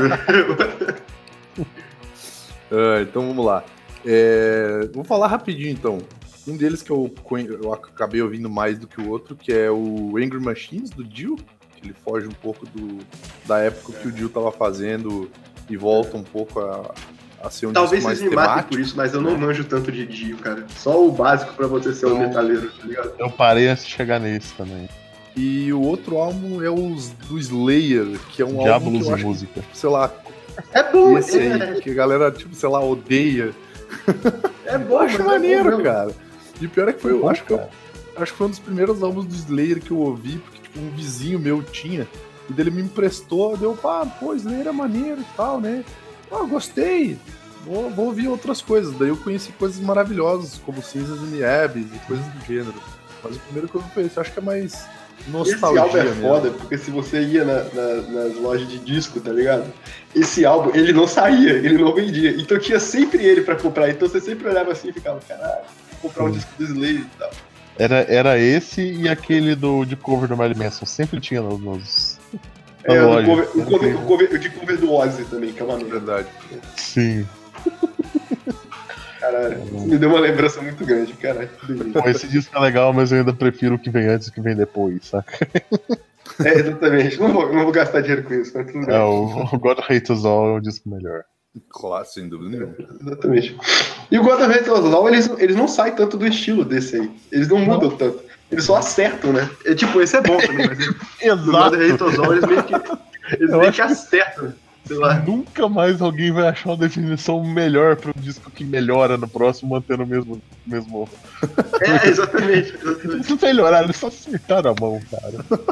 Então vamos lá. Vou falar rapidinho então. Um deles que eu acabei ouvindo mais do que o outro, que é o Angry Machines, do Dio. Que ele foge um pouco da época que o Dio tava fazendo e volta um pouco a ser um talvez disco mais vocês me matem por isso, mas eu não manjo tanto de Dio, cara. Só o básico pra você ser um metaleiro, tá ligado? Eu parei antes de chegar nesse também. E o outro álbum é do Slayer, que é um álbum que eu acho, música. Sei lá, é bom, esse aí, que a galera, tipo, sei lá, odeia. É bom, eu acho maneiro, bom, cara. E o pior é que foi, acho que foi um dos primeiros álbuns do Slayer que eu ouvi, porque tipo, um vizinho meu tinha, e dele me emprestou, deu, Slayer é maneiro e tal, né? Gostei, vou ouvir outras coisas. Daí eu conheci coisas maravilhosas, como Cinzas e Niebes e coisas do gênero. Mas o primeiro que eu vi esse, eu acho que é mais Esse nostalgia álbum é mesmo. foda, porque se você ia nas lojas de disco, tá ligado? Esse álbum, ele não saía, ele não vendia. Então tinha sempre ele pra comprar. Então você sempre olhava assim e ficava, caralho, vou comprar um disco do Slayer e tal. Era esse e aquele de cover do Marilyn Manson. Sempre tinha nos É, na o loja. cover de cover do Ozzy também, que é uma merda. Verdade. Sim. Caralho, isso me deu uma lembrança muito grande, caralho. Que beleza. Bom, esse disco é legal, mas eu ainda prefiro o que vem antes e o que vem depois, saca? É, exatamente. Não vou gastar dinheiro com isso, mas tudo bem. O God Hate Us All é o disco melhor. Claro, sem dúvida nenhuma. Exatamente. E o God of War, eles não saem tanto do estilo desse aí. Eles não mudam tanto. Eles só acertam, né? É, tipo, esse é bom também, mas no God of War eles meio que acertam. Sei lá. Nunca mais alguém vai achar uma definição melhor para um disco que melhora no próximo, mantendo o mesmo. É, exatamente. Eles não melhoraram, eles só acertaram a mão, cara.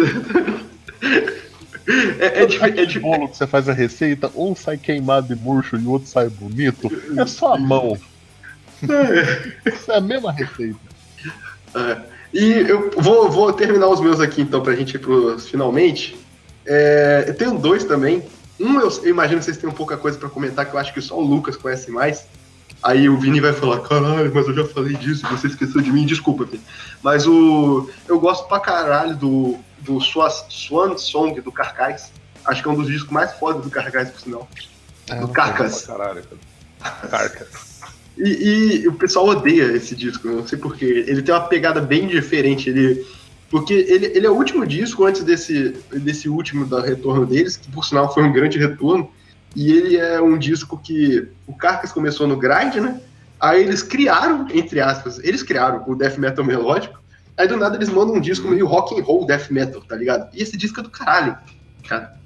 É bolo que você faz a receita, um sai queimado e murcho e o outro sai bonito. É só a mão. Isso é a mesma receita. E eu vou terminar os meus aqui então pra gente ir pros finalmente. Eu tenho dois também. Eu imagino que vocês têm pouca coisa pra comentar, que eu acho que só o Lucas conhece mais. Aí o Vini vai falar, caralho, mas eu já falei disso, você esqueceu de mim, desculpa, Vini. Mas eu gosto pra caralho do Swan Song do Carcass. Acho que é um dos discos mais fodas do Carcass, por sinal. Do Carcass. Pra caralho, cara. Carcass. E o pessoal odeia esse disco, não sei porquê. Ele tem uma pegada bem diferente. Porque ele é o último disco antes desse último da retorno deles, que por sinal foi um grande retorno. E ele é um disco que o Carcass começou no grind, né? Aí eles criaram, entre aspas, o death metal melódico. Aí do nada eles mandam um disco meio rock and roll death metal, tá ligado? E esse disco é do caralho, cara.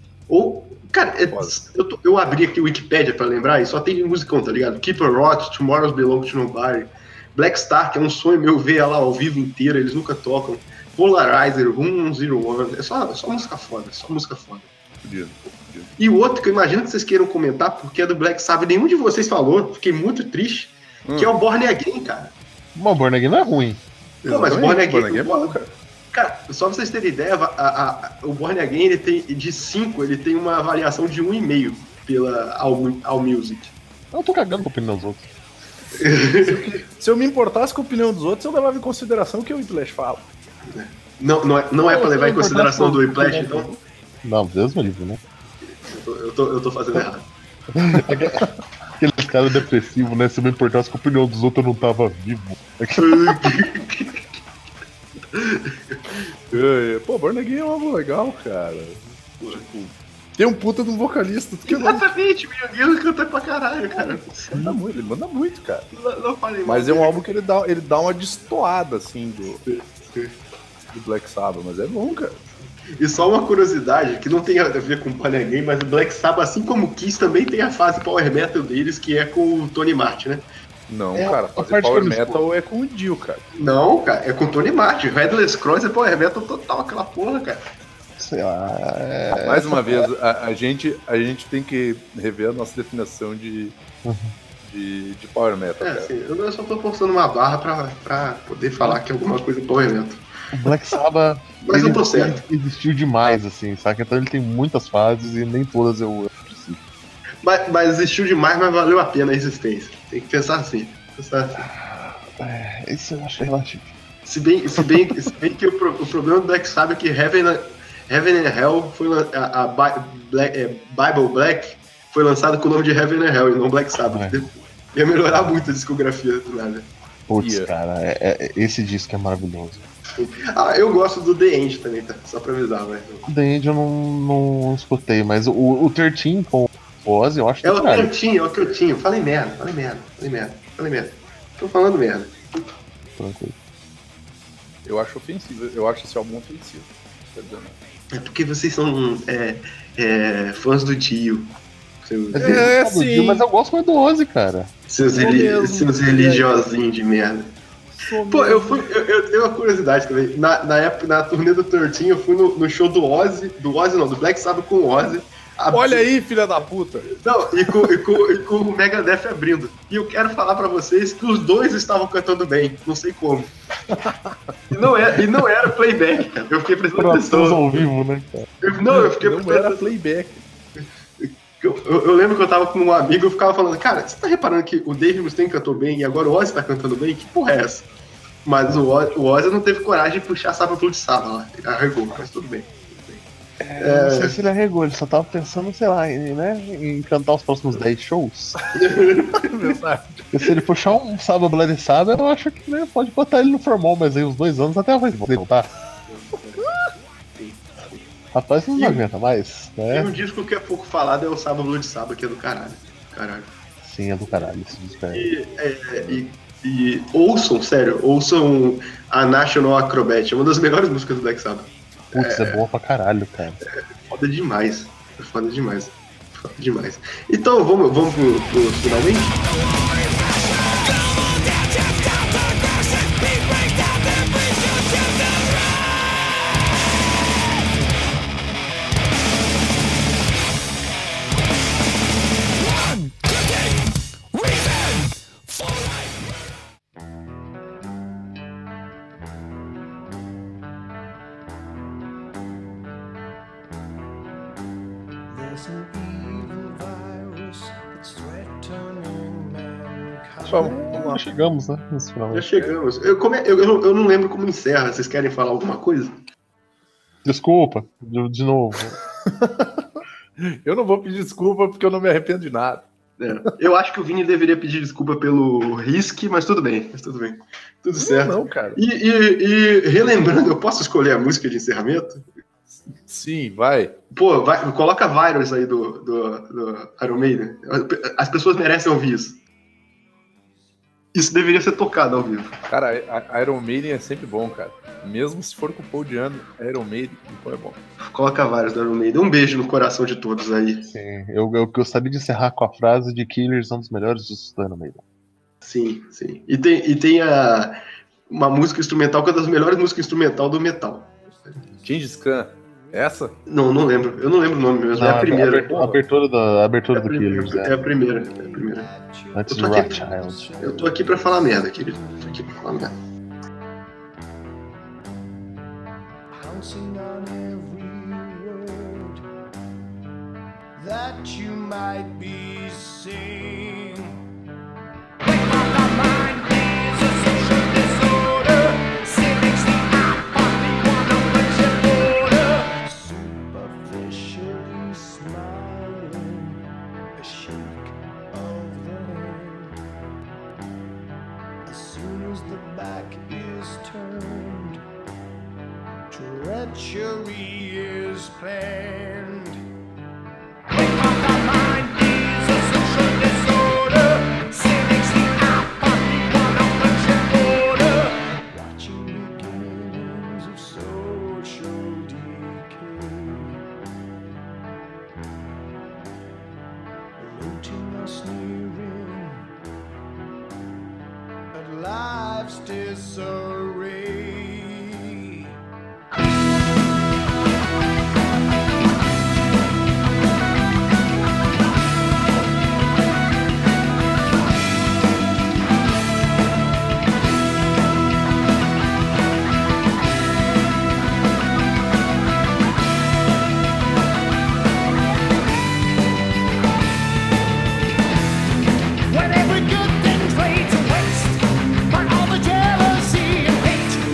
Eu abri aqui o Wikipedia pra lembrar e só tem musicão, tá ligado? Keep a Rot, Tomorrow's Belong to Nobody, Black Star, que é um sonho meu ver ela ao vivo inteira, eles nunca tocam. Polarizer, 101, é só música foda, Fudido. E o outro que eu imagino que vocês queiram comentar, porque é do Black Sabbath, nenhum de vocês falou, fiquei muito triste, que é o Born Again, cara. Bom, Born Again não é ruim. Não, mas Born Again é bom, cara. Cara, só pra vocês terem ideia, o Born Again, ele tem, de 5, ele tem uma avaliação de 1,5 pela AllMusic. Eu tô cagando com a opinião dos outros. Se eu me importasse com a opinião dos outros, eu levava em consideração o que o Whiplash fala. Não é pra levar em consideração do Whiplash, então? Não, Deus me livre, né? Eu tô fazendo errado. Aqueles caras depressivos, né? Se eu me importasse com a opinião dos outros, eu não tava vivo. Pô, Born Again é um álbum legal, cara. Tipo, tem um puta de um vocalista. Exatamente, meu Deus, canta pra caralho, cara. Ele manda muito, cara. Não falei Mas é um álbum que ele dá uma destoada, assim, do Black Sabbath, mas é bom, cara. E só uma curiosidade, que não tem a ver com Born Again, mas o Black Sabbath, assim como o Kiss, também tem a fase Power Metal deles, que é com o Tony Martin, né? Não, É, cara, a fazer parte Power que eu Metal é com o Dio, cara. Não, cara, é com o Tony Martin. Headless Cross é Power Metal total, aquela porra, cara. Sei lá. Mais uma vez, a gente tem que rever a nossa definição de Power Metal, cara. Assim, eu só tô forçando uma barra pra poder falar que é alguma coisa Power Metal. O Black Sabbath Mas eu tô certo. ele existiu demais, assim, saca? Então ele tem muitas fases e nem todas eu preciso. Mas existiu demais, mas valeu a pena a existência. Tem que pensar assim. Isso eu acho relativo. Se bem que o problema do Black Sabbath é que Heaven and Hell foi Bible Black foi lançado com o nome de Heaven and Hell e não Black Sabbath. Ia melhorar muito a discografia do nada. Putz, cara, esse disco é maravilhoso. Eu gosto do The End também, tá? Só pra avisar, mas... O The End eu não escutei, mas o 13 com o Ozzy eu acho que é o que eu tinha. Falei merda. Tô falando merda. Tranquilo. Eu acho ofensivo, eu acho esse álbum ofensivo. É porque vocês são fãs do Dio. Sim. Mas eu gosto mais do Ozzy, cara. Seus religiosinhos de merda. Pô, eu tenho uma curiosidade também. Na época, na turnê do 13, eu fui no show do Black Sabbath com o Ozzy. Olha aí, filha da puta. Não, e com o Megadeth abrindo. E eu quero falar pra vocês que os dois estavam cantando bem, não sei como. E não era playback, cara. Eu fiquei prestando atenção. ao vivo, né, cara? Eu fiquei Não era playback. Eu lembro que eu tava com um amigo e eu ficava falando, cara, você tá reparando que o Dave Mustaine cantou bem e agora o Ozzy tá cantando bem? Que porra é essa? Mas o Ozzy não teve coragem de puxar Sábado Flu de Sábado lá. Ele arregou, mas tudo bem. Não sei se ele arregou, ele só tava pensando, sei lá, em cantar os próximos 10 shows. Porque se ele puxar um Sábado Bloody Sábado, eu acho que pode botar ele no formal, mas aí uns 2 anos até vai voltar. Rapaz, não aguenta mais, né? E um disco que é pouco falado é o Sábado Blue de Sábado, que é do caralho. Sim, é do caralho esse disco aí. E ouçam, sério, ouçam a National Acrobat, é uma das melhores músicas do Black Sabbath. Putz, é boa pra caralho, cara. Foda demais. Foda demais. Então, vamos pro finalmente? Vamos lá. Já chegamos, né? Nesse final. Já chegamos. Eu não lembro como encerra. Vocês querem falar alguma coisa? Desculpa, de novo. Eu não vou pedir desculpa porque eu não me arrependo de nada. Eu acho que o Vini deveria pedir desculpa pelo Risk, mas tudo bem. Tudo certo. Não, cara. E relembrando, eu posso escolher a música de encerramento? Sim, vai. Pô, coloca Virus aí do Iron Maiden. As pessoas merecem ouvir isso. Isso deveria ser tocado ao vivo. Cara, a Iron Maiden é sempre bom, cara. Mesmo se for com o Paul Diano, Iron Maiden, então é bom. Coloca Virus do Iron Maiden. Um beijo no coração de todos aí. Sim, eu gostaria de encerrar com a frase de Killers, um dos melhores discos do Iron Maiden. Sim. E tem uma música instrumental que é uma das melhores músicas instrumental do metal. Gengis Khan. Essa? Não lembro. Eu não lembro o nome mesmo. É a primeira. A abertura do Killers. É a primeira. Antes do Rothschild. Eu tô aqui pra falar merda, querido. Tô aqui pra falar merda. Pouncing on every word that you might be saying. Wake up, our mind is a social disorder. Cynics, the apathy, one of which is border. Superficially smiling, a shake of the hand. As soon as the back is turned, treachery is planned. Wake up, our mind is a social disorder. Cynics, the apathy, one of which is border. Watching beginnings of social decay. Looting or sneering at life's disarray. When every good thing's laid to waste by all the jealousy and hate.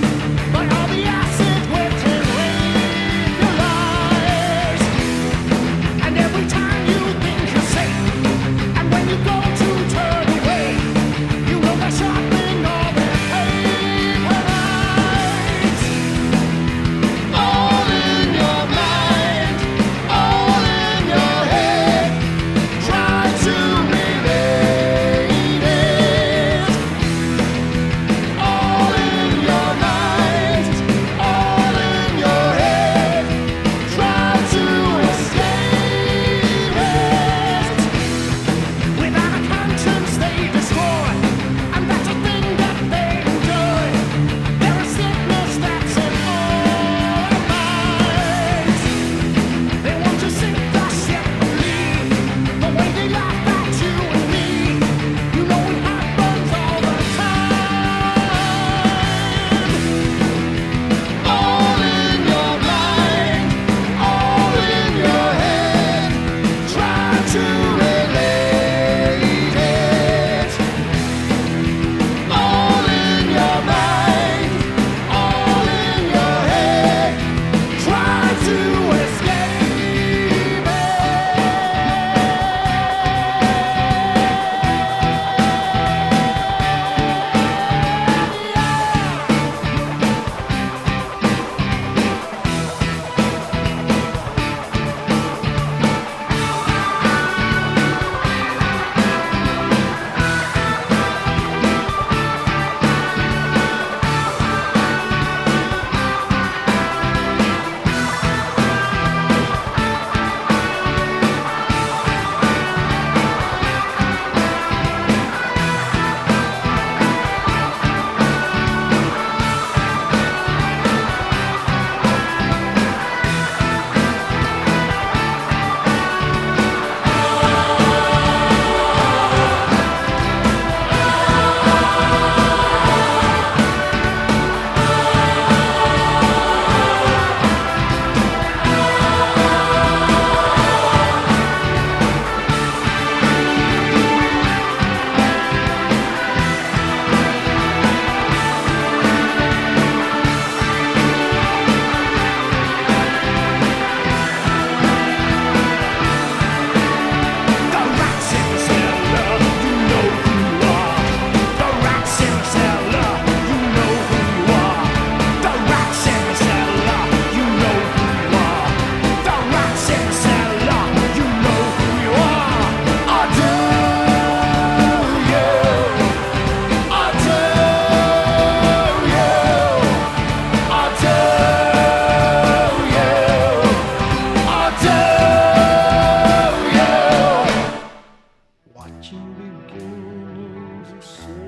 watching beginnings of sin.